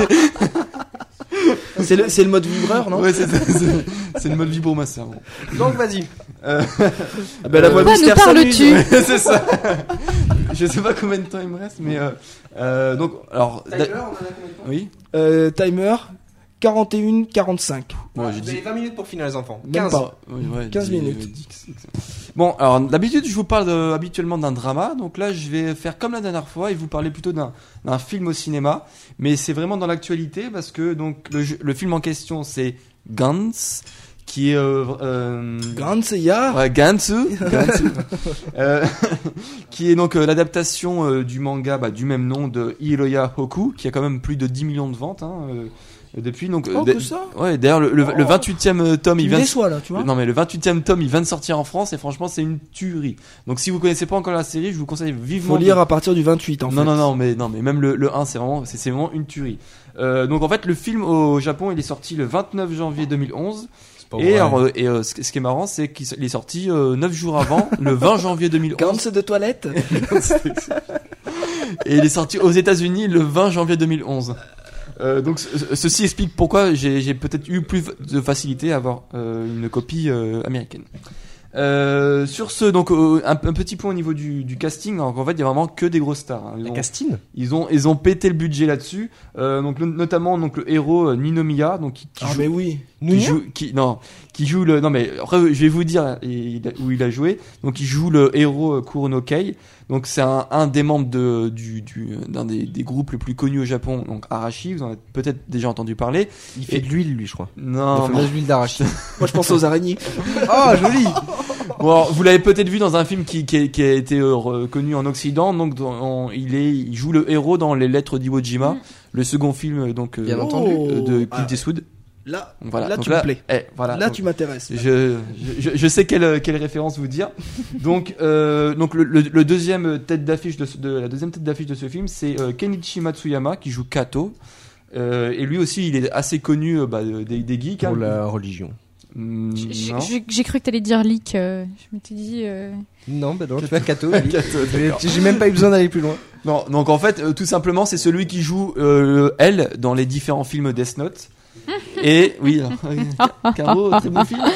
B: C'est le, c'est le mode vibreur, non?
E: Ouais, c'est, c'est, c'est le mode vibromasseur. Bon.
A: Donc vas-y.
E: Euh,
B: Ah ben, la voix
D: Pourquoi nous
B: mystère s'amuse.
D: parles-tu?
E: c'est ça. Je sais pas combien de temps il me reste, mais euh, euh, donc alors. Oui.
B: Euh, timer quarante et une quarante-cinq.
E: Bon, j'ai
A: Vous
E: dit.
A: avez vingt minutes pour finir les enfants.
B: Même
A: quinze.
B: pas.
E: Ouais, ouais,
B: quinze
E: dix-
B: minutes.
E: euh, dix- Bon, alors d'habitude je vous parle de- habituellement d'un drama, donc là je vais faire comme la dernière fois et vous parler plutôt d'un d'un film au cinéma, mais c'est vraiment dans l'actualité parce que donc le, jeu- le film en question c'est Guns, qui est euh, euh,
B: Grande Seiya.
E: ouais, Gansu, Gansu. Euh, qui est donc euh, l'adaptation euh, du manga bah, du même nom de Hiroya Hoku, qui a quand même plus de dix millions de ventes hein, euh, depuis. Donc,
B: Oh,
E: euh,
B: que ça?
E: ouais, d'ailleurs le, le, le vingt-huitième tome,
B: Tu
E: il
B: me
E: vient de-
B: déçois, là, tu vois.
E: non mais le vingt-huitième tome il vient de sortir en France et franchement c'est une tuerie. Donc si vous connaissez pas encore la série, je vous conseille vivement.
B: Faut
E: de-
B: lire à partir du vingt-huit, en fait.
E: non non non mais non mais même le, le un c'est vraiment c'est, c'est vraiment une tuerie. Euh, donc en fait le film au Japon il est sorti le vingt-neuf janvier deux mille onze et, alors, euh, et euh, ce, ce qui est marrant c'est qu'il est sorti euh, neuf jours avant le vingt janvier deux mille onze
B: Grande de toilette.
E: et il est sorti aux États-Unis le vingt janvier deux mille onze. Euh, donc ce- ceci explique pourquoi j'ai, j'ai peut-être eu plus de facilité à avoir euh, une copie euh, américaine. Euh, sur ce, donc euh, un, un petit point au niveau du, du casting. Alors qu'en fait, il y a vraiment que des grosses stars. hein. Ils,
A: La
E: ont,
A: castine.
E: ils ont ils ont pété le budget là-dessus. Euh, donc le- notamment donc le héros euh, Ninomiya, donc qui, qui
B: Ah,
E: joue,
B: mais oui.
E: qui joue qui non qui joue le non mais après je vais vous dire il a- où il a joué. Donc il joue le héros euh, Kurono Kei. Donc c'est un, un des membres de du, du d'un des, des groupes les plus connus au Japon. Donc Arashi, vous en avez peut-être déjà entendu parler.
A: Il fait de l'huile, lui, je crois.
E: Non,
A: La fameuse huile d'arachide.
B: Moi, je pense aux araignées.
A: Oh, joli.
E: Bon, alors, vous l'avez peut-être vu dans un film qui, qui, a, qui a été euh, reconnu en Occident. Donc, dans- on- il est, il joue le héros dans Les Lettres d'Iwo Jima,
D: Mm.
E: le second film donc euh,
A: Bien entendu.
E: euh, de Clint
B: Ah.
E: Eastwood.
B: Là,
E: Voilà.
B: là
E: Donc
B: tu me plais.
E: eh, voilà.
B: Là
E: Donc,
B: tu m'intéresses.
E: je, je, je sais quelle, quelle référence vous dire. Donc, euh, donc le, le, le deuxième tête d'affiche de, ce- de la deuxième tête d'affiche de ce film, c'est euh, Kenichi Matsuyama qui joue Kato. Euh, et lui aussi, il est assez connu euh, bah, des, des geeks.
A: Pour
E: hein.
A: la religion.
E: Mm,
D: J'ai
E: non.
D: j'ai- j'ai cru que t'allais dire leak. euh, je m'étais dit. euh,
A: Non, bah non, tu fais Kato. oui.
E: Kato, d'accord.
A: J'ai même pas eu besoin d'aller plus loin.
E: Non, donc en fait, euh, tout simplement, c'est celui qui joue euh, elle dans les différents films Death Note. Et oui, alors, oui, Caro, très beau film.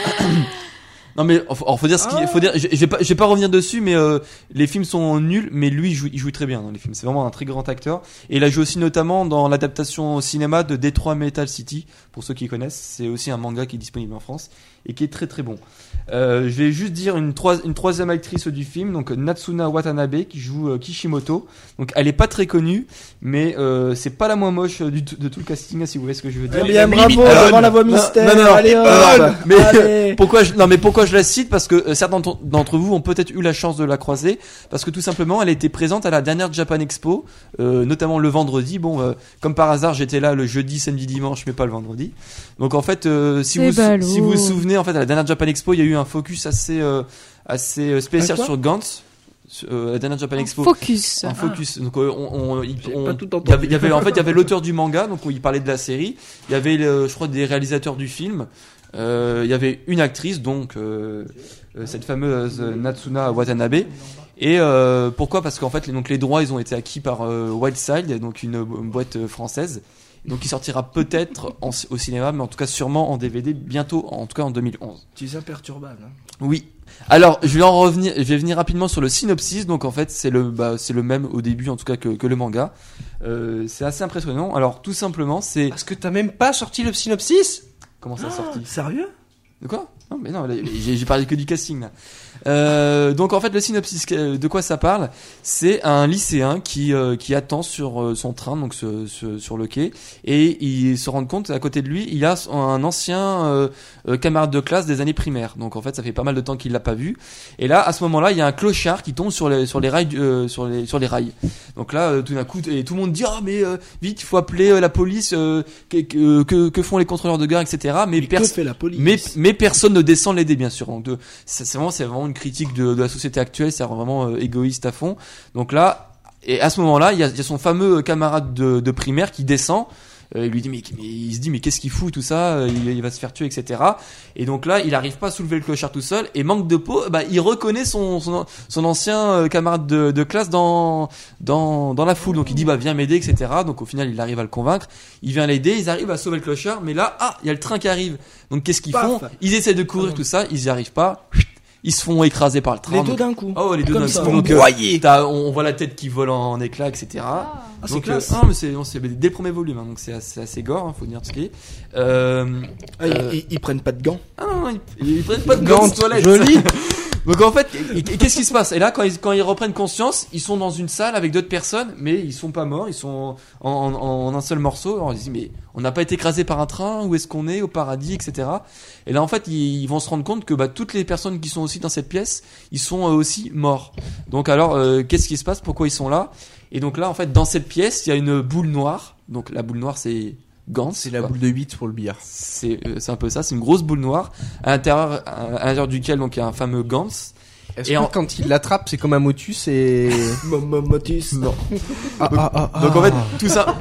E: Non mais faut, alors, faut dire ce qu'il faut dire. Je, je vais pas, je vais pas revenir dessus, mais euh, les films sont nuls, mais lui il joue, il joue très bien dans les films. C'est vraiment un très grand acteur. Et il a joué aussi notamment dans l'adaptation au cinéma de Detroit Metal City. Pour ceux qui connaissent, c'est aussi un manga qui est disponible en France et qui est très très bon. Euh, je vais juste dire une, trois, une troisième actrice du film, donc Natsuna Watanabe qui joue euh, Kishimoto. Donc elle est pas très connue, mais euh, c'est pas la moins moche du tout- de tout le casting, si vous voyez ce que je veux dire.
B: Eh bien, bravo,
E: Limite,
B: devant
E: euh,
B: la voix
E: non,
B: mystère.
E: non, non,
B: allez, hop.
E: euh, mais
B: Allez.
E: pourquoi je, non mais pourquoi je la cite, parce que euh, certains d'entre- d'entre vous ont peut-être eu la chance de la croiser, parce que tout simplement elle a été présente à la dernière Japan Expo, euh, notamment le vendredi. Bon, euh, comme par hasard j'étais là le jeudi, samedi, dimanche, mais pas le vendredi. Donc en fait, euh, si
D: C'est
E: vous
D: ballot.
E: si vous vous souvenez, en fait à la dernière Japan Expo, il y a eu un focus assez euh, assez euh, spécial
B: Un quoi
E: sur Gantz. Sur, euh, la dernière Japan
D: un
E: Expo.
D: focus.
E: Un focus. Donc euh, on, on, il-
B: J'ai
E: on-
B: pas tout
E: il y
B: entendu.
E: avait, il y avait en fait il y avait l'auteur du manga, donc où il parlait de la série. Il y avait le- je crois des réalisateurs du film. Euh, il y avait une actrice, donc euh, euh, cette fameuse euh, Natsuna Watanabe. Et euh, pourquoi? Parce qu'en fait les, donc les droits ils ont été acquis par euh, Wildside, donc une, une boîte euh, française. Donc il sortira peut-être en- au cinéma, mais en tout cas sûrement en D V D bientôt, en tout cas en deux mille onze.
B: Tu es imperturbable. Hein.
E: Oui. Alors, je vais en revenir, je vais venir rapidement sur le synopsis. Donc, en fait, c'est le, bah, c'est le même au début, en tout cas, que, que le manga. Euh, c'est assez impressionnant. Alors, tout simplement, c'est,
A: Parce que t'as même pas sorti le synopsis?
E: comment ça a sorti?
B: Sérieux?
E: De quoi? Non, mais non, là, j'ai, j'ai parlé que du casting, là. Euh, donc, en fait, le synopsis, euh, de quoi ça parle? C'est un lycéen qui, euh, qui attend sur euh, son train, donc, ce- ce- sur le quai. Et il se rend compte, à côté de lui, il y a un ancien, euh, euh, camarade de classe des années primaires. Donc, en fait, ça fait pas mal de temps qu'il l'a pas vu. Et là, à ce moment-là, il y a un clochard qui tombe sur les, sur les rails, du- euh, sur les, sur les rails. Donc là, euh, tout d'un coup, et tout le monde dit, ah, mais, euh, vite, il faut appeler euh, la police, euh, que, que, que, que font les contrôleurs de gare, et cetera. Mais,
B: Mais
E: pers-
B: que fait la police?
E: mais, mais personne ne descend l'aider, bien sûr. Donc, de, c'est c'est vraiment, c'est vraiment une critique de, de la société actuelle. C'est vraiment euh, égoïste à fond. Donc là, et à ce moment-là, il y a, il y a son fameux camarade de, de primaire qui descend. Euh, il lui dit mais, mais il se dit mais qu'est-ce qu'il fout tout ça, euh, il, il va se faire tuer, etc. Et donc là il arrive pas à soulever le clochard tout seul et manque de peau, bah il reconnaît son son, son ancien euh, camarade de, de classe dans dans dans la foule. Donc il dit bah viens m'aider, etc. Donc au final il arrive à le convaincre, il vient l'aider, ils arrivent à sauver le clochard, mais là ah il y a le train qui arrive. Donc qu'est-ce qu'ils
B: Paf.
E: font? Ils essaient de courir tout ça, ils y arrivent pas. Ils se font écraser par le train.
B: Les deux
E: Donc-
B: d'un coup.
E: Oh les deux
B: Comme
E: d'un
B: ça.
E: coup. Donc, euh, t'as- on, on voit la tête qui vole en, en éclats, et cetera.
B: Ah, c'est
E: Donc, euh,
B: classe.
E: ah, mais c'est, non, c'est dès le premier volume, hein, donc c'est assez, assez gore, hein, faut dire ce qui est. Euh,
B: Ah, ils-
E: euh,
B: ils, ils prennent pas de gants.
E: ah non, non, ils, ils prennent pas de
A: Gants,
E: gants de toilette.
A: joli.
E: Donc en fait, qu'est-ce qui se passe? Et là, quand ils, quand ils reprennent conscience, ils sont dans une salle avec d'autres personnes, mais ils sont pas morts, ils sont en, en, en un seul morceau. Alors ils disent, mais on n'a pas été écrasé par un train, où est-ce qu'on est, au paradis, et cetera. Et là, en fait, ils, ils vont se rendre compte que bah, toutes les personnes qui sont aussi dans cette pièce, ils sont euh, aussi morts. Donc alors, euh, qu'est-ce qui se passe? Pourquoi ils sont là? Et donc là, en fait, dans cette pièce, il y a une boule noire. Donc la boule noire, c'est Gantz.
A: C'est la
E: quoi.
A: boule de huit pour le billard.
E: C'est euh, c'est un peu ça, c'est une grosse boule noire à l'intérieur, à l'intérieur duquel donc il y a un fameux Gantz.
A: Est-ce
E: Et
A: que
E: en-
A: quand il l'attrape, c'est comme un motus et...
B: Mo- mo- Motus.
E: Non.
A: Ah, ah, ah, ah.
E: Donc en fait, tout ça.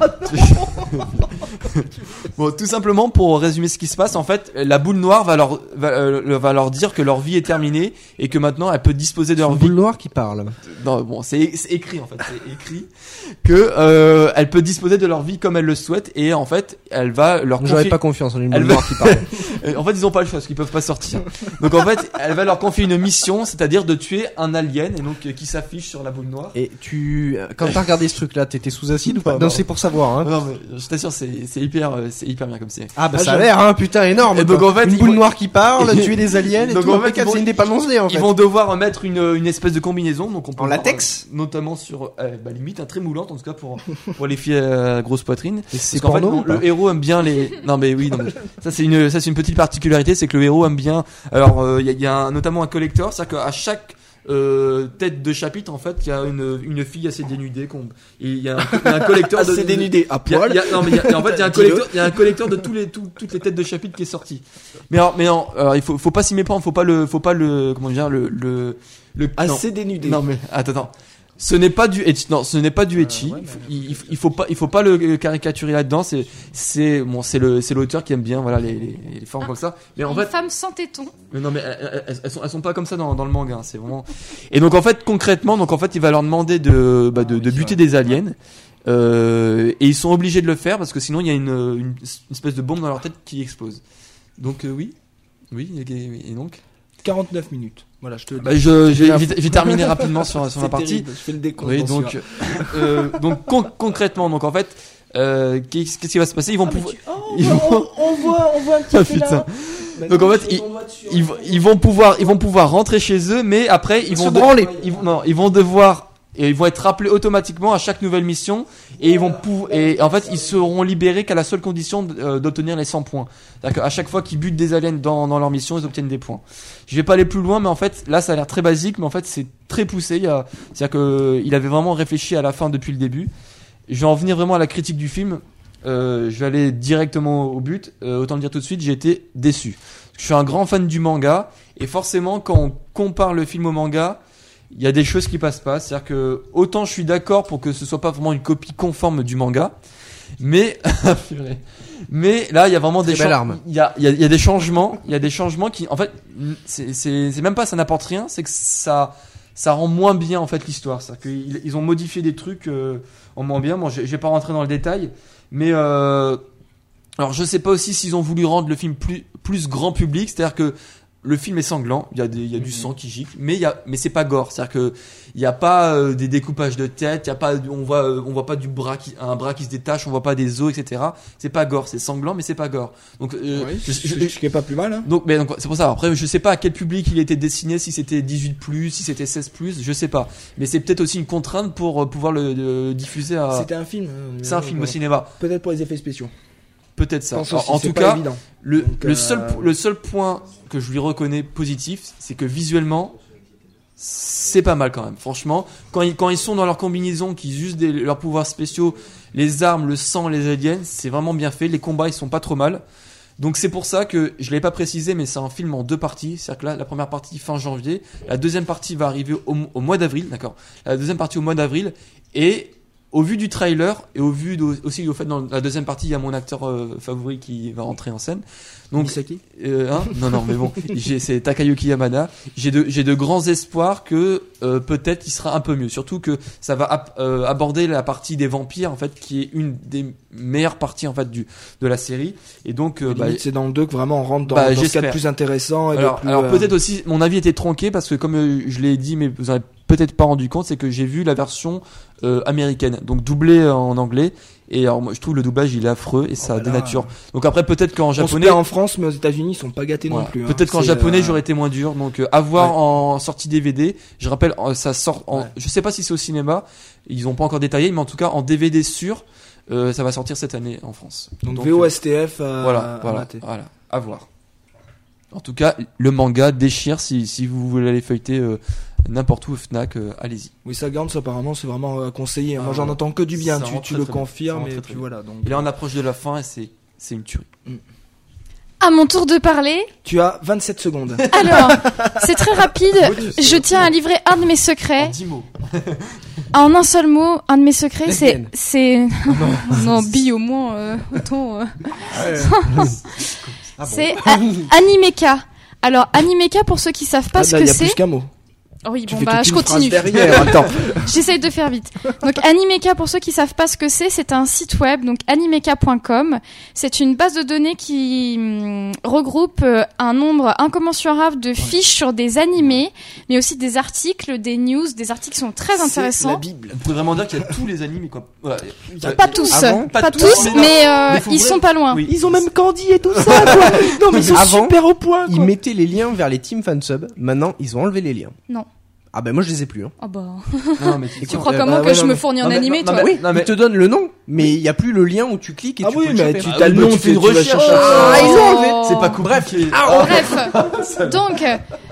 E: Bon, tout simplement pour résumer ce qui se passe, en fait, la boule noire va leur va, euh, va leur dire que leur vie est terminée et que maintenant elle peut disposer de
A: C'est
E: leur
A: une
E: vie.
A: boule noire qui parle.
E: Non, bon, c'est c'est écrit en fait, c'est écrit que euh, elle peut disposer de leur vie comme elle le souhaite et en fait, elle va leur
A: J'aurais
E: confier.
A: pas confiance en une
E: Elle
A: boule
E: veut-
A: noire qui parle.
E: Euh, En fait, ils ont pas le choix parce qu'ils peuvent pas sortir. Donc en fait, elle va leur confier une mission, c'est-à-dire de tuer un alien et donc euh, qui s'affiche sur la boule noire.
A: Et tu, quand t'as regardé ce truc-là, t'étais sous acide ou pas?
E: Non,
A: Non,
E: non.
A: c'est pour savoir, hein.
E: Non mais je t'assure, c'est c'est hyper euh, c'est hyper bien comme c'est.
A: Ah bah
B: Ah,
A: ça a
B: j'aime.
A: l'air, hein, putain, énorme.
E: Et donc,
A: quoi.
E: en fait,
A: une
E: ils
A: boule
E: vont-
A: noire qui parle, tuer des aliens et
E: Donc,
A: tout.
E: en
A: En
E: fait,
A: fait,
E: ils vont-
A: c'est une dépannonce en fait.
E: Ils vont devoir mettre une une espèce de combinaison donc on peut
A: En
E: voir,
A: latex
E: euh, notamment sur euh, bah limite un très moulante en tout cas pour pour les filles à grosse poitrine.
A: Et c'est
E: Parce qu'en fait,
A: porno
E: bon,
A: ou pas
E: le héros aime bien les. Non mais oui, non, mais ça c'est une, ça c'est une petite particularité, c'est que le héros aime bien. Alors il y, a, y a un- notamment un collector, c'est-à-dire qu'à chaque euh, tête de chapitre en fait, il y a une, une fille assez dénudée qu'on, et il y a un, il y a un collecteur de,
B: assez dénudée à
E: il y a-
B: poil.
E: il y a- non mais il y a- en fait il y a un collecteur, il y a un collecteur de tous les tout- toutes les têtes de chapitre qui est sorti. Mais alors, mais non, alors, il faut faut pas s'y méprendre, faut pas le faut pas le comment dire le le le non.
B: Assez dénudée.
E: Non mais attends attends. Ce n'est pas du etchi. Non, ce n'est pas du etchi.
C: ouais,
E: il, faut- il, il faut pas, il faut pas le caricaturer là-dedans. C'est, c'est bon, c'est le, c'est l'auteur qui aime bien, voilà, les, les, les formes comme ça. Mais en
D: Une
E: fait,
D: femme sans téton.
E: mais non, mais elles, elles- elles sont, elles sont pas comme ça dans, dans le manga. hein, C'est vraiment. Et donc en fait, concrètement, donc en fait, il va leur demander de, bah, de, de buter des aliens. Euh, et ils sont obligés de le faire parce que sinon il y a une, une, une espèce de bombe dans leur tête qui explose. Donc euh, oui, oui, et, et donc.
B: quarante-neuf minutes. Voilà, je te le dis.
E: Bah, je, je, vais- je vais terminer rapidement sur, sur
B: C'est
E: ma partie.
B: terrible, je fais le décompte.
E: Oui,
B: dans
E: donc,
B: celui-là.
E: euh, donc con- concrètement, donc en fait, euh, qu'est-ce qu'est-ce qui va se passer? Ils vont
B: Ah, mais
E: pouvoir,
B: tu- oh,
E: ils
B: on,
E: vont-
B: on voit, on voit un petit
E: Ah,
B: peu
E: putain.
B: là.
E: Donc, en
B: Maintenant,
E: fait,
B: tu mets
E: ils-
B: ton doigt dessus,
E: ils,
B: hein.
E: ils vont pouvoir, ils vont pouvoir rentrer chez eux, mais après ils vont
A: Se
E: de-
A: branler.
E: ils vont, non, ils vont devoir et ils vont être rappelés automatiquement à chaque nouvelle mission et ils vont pou- et en fait ils seront libérés qu'à la seule condition d- euh, d'obtenir les cent points. C'est-à-dire qu'à chaque fois qu'ils butent des aliens dans, dans leur mission, ils obtiennent des points. Je vais pas aller plus loin, mais en fait là ça a l'air très basique, mais en fait c'est très poussé. Il y a, c'est-à-dire que il avait vraiment réfléchi à la fin depuis le début. Je vais en venir vraiment à la critique du film. Euh, je vais aller directement au but. Euh, autant le dire tout de suite, j'ai été déçu. Je suis un grand fan du manga et forcément quand on compare le film au manga, il y a des choses qui passent pas. C'est-à-dire que autant je suis d'accord pour que ce soit pas vraiment une copie conforme du manga, mais purée. mais là il y a vraiment des
A: Très belle
E: chan-
A: arme.
E: il y a il y a, il y a des changements, il y a des changements qui en fait c'est c'est c'est même pas ça n'apporte rien, c'est que ça ça rend moins bien en fait l'histoire. C'est-à-dire qu'ils ils ont modifié des trucs euh, en moins bien. Bon, je, je vais pas rentrer dans le détail, mais euh, alors je sais pas aussi s'ils ont voulu rendre le film plus plus grand public, c'est-à-dire que le film est sanglant, il y a des, il y a du sang qui gicle, mais il y a, mais c'est pas gore, c'est-à-dire que il y a pas euh, des découpages de tête, il y a pas, on voit, euh, on voit pas du bras qui, un bras qui se détache, on voit pas des os, et cetera. C'est pas gore, c'est sanglant, mais c'est pas gore. Donc, euh,
B: Oui,
E: je-
B: ce
E: je-
B: ce qui est pas plus mal. Hein.
E: donc, mais donc c'est pour ça. Après, je sais pas à quel public il était destiné, si c'était dix-huit plus, si c'était seize plus, je sais pas. Mais c'est peut-être aussi une contrainte pour euh, pouvoir le, le diffuser à.
B: C'était un film. hein,
E: C'est un
B: donc,
E: film au
B: euh,
E: cinéma,
B: Peut-être pour les effets spéciaux.
E: peut-être
B: Je
E: ça.
B: pense
E: En,
B: aussi,
E: en
B: c'est
E: tout
B: pas
E: cas,
B: évident.
E: le,
B: Donc,
E: le
B: euh,
E: seul le seul point que je lui reconnais positif, c'est que visuellement, c'est pas mal quand même. Franchement, quand ils quand ils sont dans leur combinaison, qu'ils usent des, leurs pouvoirs spéciaux, les armes, le sang, les aliens, c'est vraiment bien fait. Les combats, ils sont pas trop mal. Donc c'est pour ça que je l'ai pas précisé, mais c'est un film en deux parties. C'est-à-dire que là, la première partie fin janvier, la deuxième partie va arriver au, au mois d'avril, d'accord. La deuxième partie au mois d'avril, et au vu du trailer et au vu de, aussi au fait dans la deuxième partie, il y a mon acteur euh, favori qui va rentrer en scène. Donc
B: Misaki
E: euh, hein non non mais bon, j'ai, c'est Takayuki Yamada. J'ai de j'ai de grands espoirs que euh, peut-être il sera un peu mieux. Surtout que ça va ap- euh, aborder la partie des vampires en fait, qui est une des meilleures parties en fait du de la série. Et donc euh, bah,
B: Limite, c'est dans le deux que vraiment on rentre dans,
E: bah,
B: dans ce qu'il y a
E: j'espère.
B: de plus intéressant. Et
E: alors,
B: de plus,
E: alors
B: euh,
E: peut-être aussi mon avis était tronqué parce que comme euh, je l'ai dit, mais vous en avez peut-être pas rendu compte, c'est que j'ai vu la version euh, américaine, donc doublée en anglais. Et alors moi je trouve le doublage il est affreux et ça
B: Oh, voilà.
E: dénature. Donc après peut-être qu'en
B: on se
E: japonais
B: perd en France, mais aux États-Unis, ils sont pas gâtés
E: voilà.
B: non plus. hein.
E: Peut-être qu'en
B: C'est,
E: japonais
B: euh,
E: j'aurais été moins dur. Donc euh, à voir
B: Ouais.
E: en sortie D V D. Je rappelle euh, ça sort en,
B: Ouais.
E: je sais pas si c'est au cinéma, ils ont pas encore détaillé, mais en tout cas en D V D sûr, euh, ça va sortir cette année en France.
B: Donc,
E: Donc,
B: V O
E: euh,
B: S T F. euh,
E: voilà,
B: à
E: voilà,
B: mater.
E: voilà, à voir. En tout cas, le manga déchire. Si, si vous voulez aller feuilleter euh, n'importe où, Fnac, euh, allez-y.
B: Oui, ça garde, ça apparemment, c'est vraiment euh, conseillé.
E: Ah,
B: Moi, j'en entends que du bien.
E: ça
B: Tu,
E: rend
B: tu
E: très,
B: le
E: très bien. Ça
B: confirmes
E: rend
B: et
E: très,
B: puis
E: très
B: voilà. Donc,
E: Et là, on approche de la fin et c'est, c'est une tuerie.
D: À mon tour de parler.
B: tu as vingt-sept secondes.
D: Alors, c'est très rapide. Je tiens à livrer un de mes secrets.
E: dix mots.
D: En un seul mot, un de mes secrets, c'est,
A: Lesbienne.
D: c'est, non, bi au moins, euh, autant, euh.
A: Ah bon.
D: C'est a- Animeka. Alors, Animeka, pour ceux qui savent pas
B: Ah,
D: ce
B: bah,
D: que
B: il y a
D: c'est.
B: plus qu'un mot.
D: Oui,
B: Tu
D: bon,
B: fais
D: bah,
B: toute
D: je
B: une phrase
D: continue.
B: derrière. Attends.
D: J'essaye de faire vite. Donc Animeka, pour ceux qui savent pas ce que c'est, c'est un site web, donc animeka point com. C'est une base de données qui hum, regroupe euh, un nombre incommensurable de fiches sur des animés, mais aussi des articles, des news, des articles qui sont très
B: C'est la
D: intéressants.
B: Bible.
E: On pourrait vraiment dire qu'il y a tous les animés, quoi. Voilà. Euh,
D: Pas tous,
A: Avant,
D: pas,
E: pas
D: tous,
E: tous, mais non.
D: mais, euh,
E: Mais faut
D: ils
E: vrai-
D: sont pas loin.
E: Oui.
B: Ils ont même Candy et tout ça, quoi. Non, mais ils sont
A: Avant,
B: super au point,
A: Ils
B: quoi.
A: mettaient les liens vers les team fansub. Maintenant, ils ont enlevé les liens.
D: Non.
A: Ah ben moi je les ai plus. Hein.
D: Oh bah.
E: Non, mais
D: Tu crois
A: euh,
D: comment
B: bah,
D: que
B: ouais,
D: je
B: non,
D: me
B: mais-
D: fournis en
E: non, mais-
D: animé,
E: non,
D: toi?
E: mais-
A: Oui,
E: non, mais-
A: ils te donnent le nom, mais il y a plus le lien où tu cliques et
B: Ah
A: tu
B: oui,
A: peux le
B: mais
A: choper.
B: tu
E: Ah
B: t'as
E: oui,
B: le
E: bah,
B: nom,
E: tu
B: tu
E: fais une
B: tu vas
E: recherche.
B: chercher.
A: Ah, ils ont enlevé.
E: C'est pas compliqué.
A: Ah,
D: Bref. Donc,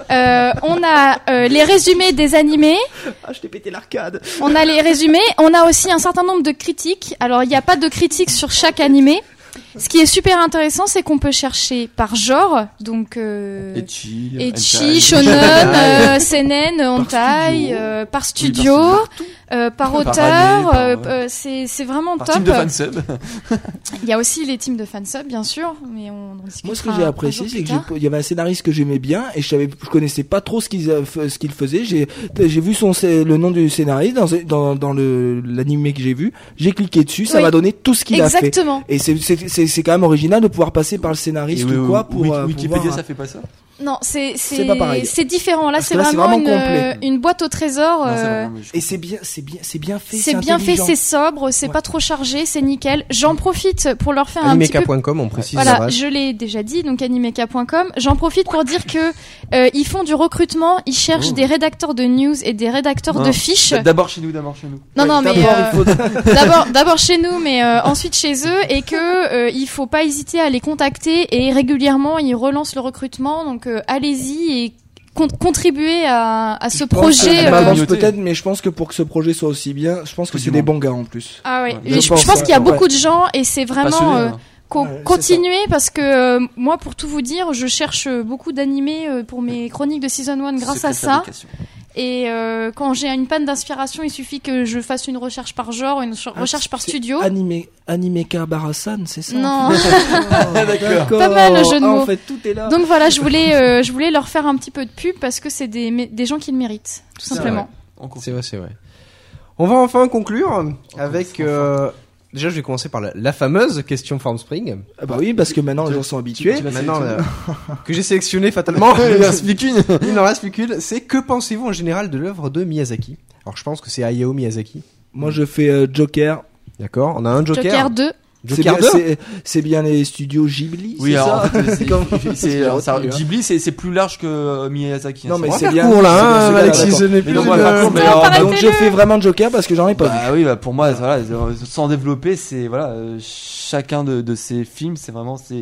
D: Euh, on a euh, les résumés des animés.
B: Ah, je t'ai pété l'arcade.
D: On a les résumés. On a aussi un certain nombre de critiques. Alors, il n'y a pas de critiques sur chaque animé. Ce qui est super intéressant, c'est qu'on peut chercher par genre, donc euh,
E: Ecchi,
D: Ecchi, Shonen, euh, Seinen, Hentai, euh, par studio, euh, par
E: Par
D: auteur.
E: année, par-
D: euh,
E: ouais.
D: euh, c'est c'est vraiment
E: Par
D: top.
E: team de fansub.
D: Il y a aussi les teams de fansub, bien sûr, mais on en discutera.
B: Moi, ce que j'ai
D: un
B: apprécié,
D: jour
B: c'est
D: plus
B: que
D: tard.
B: j'ai- il y avait un scénariste que j'aimais bien et je savais, je connaissais pas trop ce qu'il, a- ce qu'il faisait. J'ai, j'ai vu son, scé- le nom du scénariste dans, dans, dans le, l'animé que j'ai vu. J'ai cliqué dessus, ça
D: Oui.
B: m'a donné tout ce qu'il a fait.
D: Exactement.
B: Et c'est, c'est, c'est, c'est quand même original de pouvoir passer par le scénariste
E: Et
B: ou
E: oui,
B: quoi
E: oui,
B: pour,
E: Wiki-
B: euh, pour
E: Wikipédia,
B: voir,
E: ça fait pas ça.
D: Non, c'est c'est
B: C'est pas pareil.
D: c'est différent. Là,
B: Parce
D: c'est
B: que là, c'est
D: vraiment,
B: vraiment
D: une
B: complet.
D: une boîte au trésor.
E: Non, c'est
D: euh,
E: vrai, mais je
B: Et c'est bien, c'est bien, c'est bien fait.
D: C'est bien fait,
B: intelligent.
D: c'est sobre, c'est
B: Ouais.
D: pas trop chargé, c'est nickel. J'en profite pour leur faire un petit peu.
A: Animeka point com, on précise
D: Voilà,
A: l'adresse.
D: je l'ai déjà dit, donc animeka point com. J'en profite pour dire que euh, ils font du recrutement, ils cherchent
E: Oh.
D: des rédacteurs de news et des rédacteurs
E: Non.
D: de fiches.
E: D'abord chez nous, d'abord chez nous.
D: Non,
B: Ouais,
D: non, mais
B: d'abord,
D: euh,
B: il faut...
D: d'abord, d'abord chez nous, mais euh, ensuite chez eux, et que euh, il faut pas hésiter à les contacter et régulièrement ils relancent le recrutement, donc euh, allez-y et con- contribuer à, à ce
B: Je pense
D: projet.
B: que- je
E: euh,
B: m'avance
E: communauté.
B: peut-être, mais je pense que pour que ce projet soit aussi bien, je pense que
E: Faut
B: c'est
E: du
B: des
E: monde.
B: bons gars en plus.
D: Ah ouais,
E: Ouais,
D: Et
B: je
D: je,
B: pense,
D: je pense qu'il y a
B: ouais.
D: beaucoup de gens et c'est vraiment
E: Passionné,
D: euh,
E: hein.
D: co-
B: Ouais, c'est
D: continuer parce que euh, moi pour tout vous dire, je cherche euh, beaucoup d'animés euh, pour mes chroniques de season one grâce à
E: Secret
D: ça.
E: fabrication.
D: Et euh, quand j'ai une panne d'inspiration, il suffit que je fasse une recherche par genre, une ch-
B: Ah,
D: recherche par
B: c'est
D: studio.
B: Animé, Animeka Barasan, c'est ça?
D: Non.
B: Ah, d'accord.
D: Pas mal, le jeu de
B: Ah,
D: mots.
B: En fait, tout est là.
D: Donc voilà, je voulais euh, je voulais leur faire un petit peu de pub parce que c'est des mé- des gens qui le méritent, tout
A: C'est
D: simplement.
E: On coupe.
A: C'est vrai, c'est vrai. On va enfin conclure avec. euh, Déjà, je vais commencer par la, la fameuse question Formspring.
B: Ah bah oui, parce que maintenant les gens sont habitués.
A: Tu es maintenant euh, que j'ai sélectionné fatalement.
E: Il en reste plus qu'une.
A: Il n'en reste plus qu'une. C'est que pensez-vous en général de l'œuvre de Miyazaki? Alors, je pense que c'est Hayao Miyazaki.
B: Moi, je fais euh, Joker.
A: D'accord. On a un Joker.
D: Joker deux.
B: C'est
A: Joker
B: bien,
A: deux.
B: c'est, c'est bien les studios Ghibli.
E: Oui,
B: c'est
E: alors,
B: ça
E: en fait, c'est-
B: Comme-
E: c'est,
B: J'ai
E: alors, ça-
B: retenu, hein.
E: Ghibli, c'est, c'est plus large que euh, Miyazaki. hein,
B: Non, mais
A: On va
B: c'est
A: faire
B: bien.
A: court là,
B: c'est bien,
A: hein,
B: c'est bien,
A: Alexis.
B: d'accord.
A: Ce n'est
E: Mais
A: plus
E: donc,
A: une-
E: voilà,
D: Stop,
E: mais alors,
D: arrêtez-le.
B: Donc je fais vraiment Joker parce que j'en ai pas vu.
E: Bah oui, bah pour moi, voilà, euh, sans développer, c'est voilà, euh, chacun de, de ces films, c'est vraiment c'est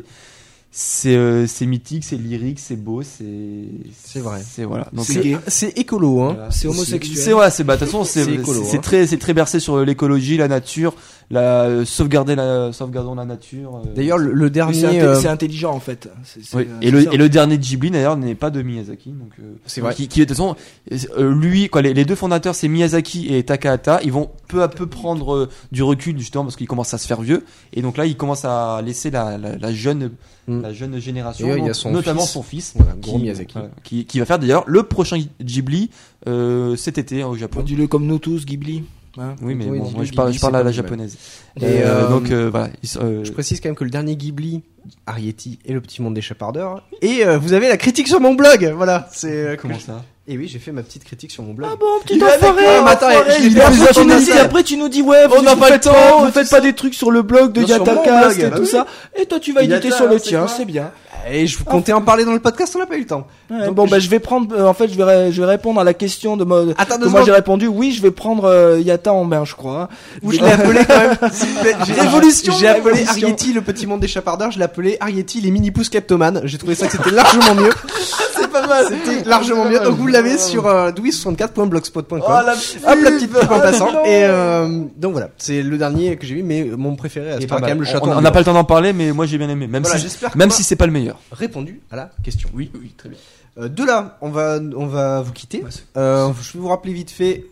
E: c'est euh, c'est mythique, c'est lyrique, c'est beau, c'est
A: C'est vrai.
E: c'est voilà. Donc
B: C'est
E: c'est
B: gay.
A: C'est écolo, hein.
E: voilà.
B: C'est homosexuel.
E: C'est ouais, c'est bah de toute façon c'est
A: C'est écolo,
E: c'est
A: hein.
E: très c'est très bercé sur l'écologie, la nature, la euh, sauvegarder la sauvegardons la nature. euh.
A: D'ailleurs, le, le
B: Mais
A: dernier.
B: C'est, inté-
A: euh,
B: c'est intelligent en fait. C'est, c'est,
E: Oui.
B: euh,
E: Et le
B: c'est ça.
E: et le dernier Ghibli d'ailleurs n'est pas de Miyazaki, donc euh,
A: C'est vrai.
E: Qui, qui de toute façon, euh, lui quoi, les, les deux fondateurs c'est Miyazaki et Takahata, ils vont peu à peu prendre euh, du recul justement parce qu'ils commencent à se faire vieux et donc là ils commencent à laisser la, la, la jeune
A: Mm.
E: la jeune génération,
A: Et, euh, il y a
E: donc,
A: son
E: notamment
A: fils.
E: son fils,
A: Voilà, gros
E: qui,
A: Miyazaki.
E: voilà, qui qui va faire d'ailleurs le prochain Ghibli euh, cet été hein, au Japon.
B: Dis-le comme nous tous, Ghibli. Hein
E: Oui mais
A: Oui,
E: bon,
A: dis-le,
E: moi je parle
A: Ghibli,
E: je parle
A: c'est
E: à
A: pas
E: la
A: du mal.
E: japonaise.
A: Et,
E: Et euh,
A: euh,
E: donc euh, voilà. ils sont, euh,
A: Je précise quand même que le dernier Ghibli, Arrietty et le petit monde des chapardeurs. Et euh, vous avez la critique sur mon blog. Voilà. C'est euh,
E: comment
A: que-
E: ça
A: Et oui, j'ai fait ma petite critique sur mon blog.
B: Ah bon, petit
A: Il est
B: enfoiré,
A: avec moi, mais attends,
B: enfoiré,
A: je l'ai
B: il
A: fait
B: est
A: plus
B: après, tu nous
A: attendre
B: dis,
A: ça.
B: après tu nous dis ouais,
A: On
B: vous
A: n'a
B: vous
A: pas le
B: faites
A: temps,
B: pas, vous
A: tout
B: faites
A: ça.
B: pas des trucs sur le blog de
A: Non, sur mon
B: Yatacast
A: blog,
B: et
A: bah
B: tout
A: oui.
B: ça, et toi tu vas
A: Yata,
B: éditer sur le
A: c'est
B: tien,
A: quoi
B: c'est bien.
A: Et je comptais en parler dans le podcast, on n'a pas eu le temps.
B: Ouais,
A: Donc,
B: bon
A: je-
B: bah je vais prendre, euh, en fait je vais ré- je vais répondre à la question de mode
A: Attends deux
B: que moi
A: secondes.
B: j'ai répondu. Oui, je vais prendre euh, Yata en bain, je crois.
A: Ou je l'ai appelé quand même. s'il vous plaît. J'ai-
B: Révolution,
A: J'ai appelé
B: révolution.
A: Arrietty le petit monde des chapardeurs. Je l'ai appelé Arrietty les mini pouces kleptomanes. J'ai trouvé ça que c'était largement mieux. C'est pas mal. C'était largement mieux. Donc vous l'avez sur euh, douze soixante-quatre point blogspot point com.
B: Oh, la
A: Hop la petite pub en
B: Ah,
A: passant.
B: non.
A: Et euh, donc voilà, c'est le dernier que j'ai vu, mais mon préféré
E: Il est
A: c'est
E: pas
A: quand même
E: mal.
A: le château.
E: On on n'a pas le temps d'en parler, mais moi j'ai bien aimé, même
A: Voilà,
E: si
A: j'espère qu'on
E: même
A: va-
E: si c'est pas le meilleur.
A: répondu à la question.
E: Oui, oui, très bien.
A: Euh, de là, on va on va vous quitter. Euh, je vais vous rappeler vite fait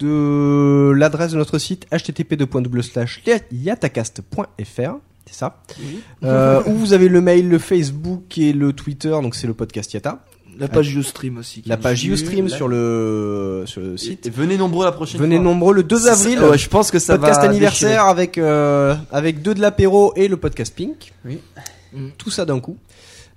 A: de l'adresse de notre site h t t p deux point double slash yatacast point f r. C'est ça. Euh, où vous avez le mail, le Facebook et le Twitter. Donc c'est le podcast Yata.
B: La page Ustream aussi. qui
A: La
B: nous
A: page
B: suit.
A: Ustream sur le sur le site.
E: Et venez nombreux la prochaine
A: Venez
E: fois.
A: nombreux le deux avril.
E: Ouais, je pense que ça
A: podcast
E: va
A: anniversaire avec euh, avec deux de l'apéro et le podcast Pink.
E: Oui.
B: Mm.
A: Tout ça d'un coup.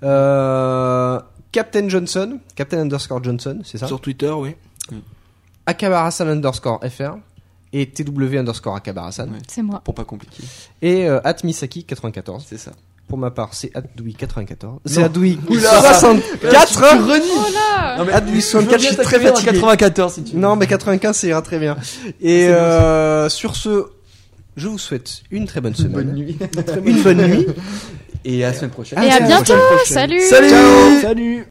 A: Euh, Captain Johnson, Captain underscore Johnson, c'est ça.
B: Sur Twitter, oui.
A: Akabarasan underscore fr et tw underscore Akabarasan.
E: Ouais.
D: C'est moi.
E: Pour pas compliquer.
A: Et euh, at Misaki quatre-vingt-quatorze.
E: C'est ça.
A: Pour ma part, c'est Adoui quatre-vingt-quatorze.
E: Non.
A: C'est Adoui
E: Oula.
A: soixante-quatre.
D: Oh là
E: Non mais
A: Adoui soixante-quatre, je suis très fatigué.
E: quatre-vingt-quatorze si tu veux.
A: Non, mais quatre-vingt-quinze, ça ira très bien. Et
E: C'est bon,
A: euh, sur ce, je vous souhaite une très bonne semaine.
E: Bonne nuit.
A: Une bonne nuit.
E: Et à la semaine prochaine.
D: Et
A: Ah,
D: à
A: c'est la
D: bientôt.
A: prochaine.
D: Salut.
E: Salut.
B: Salut.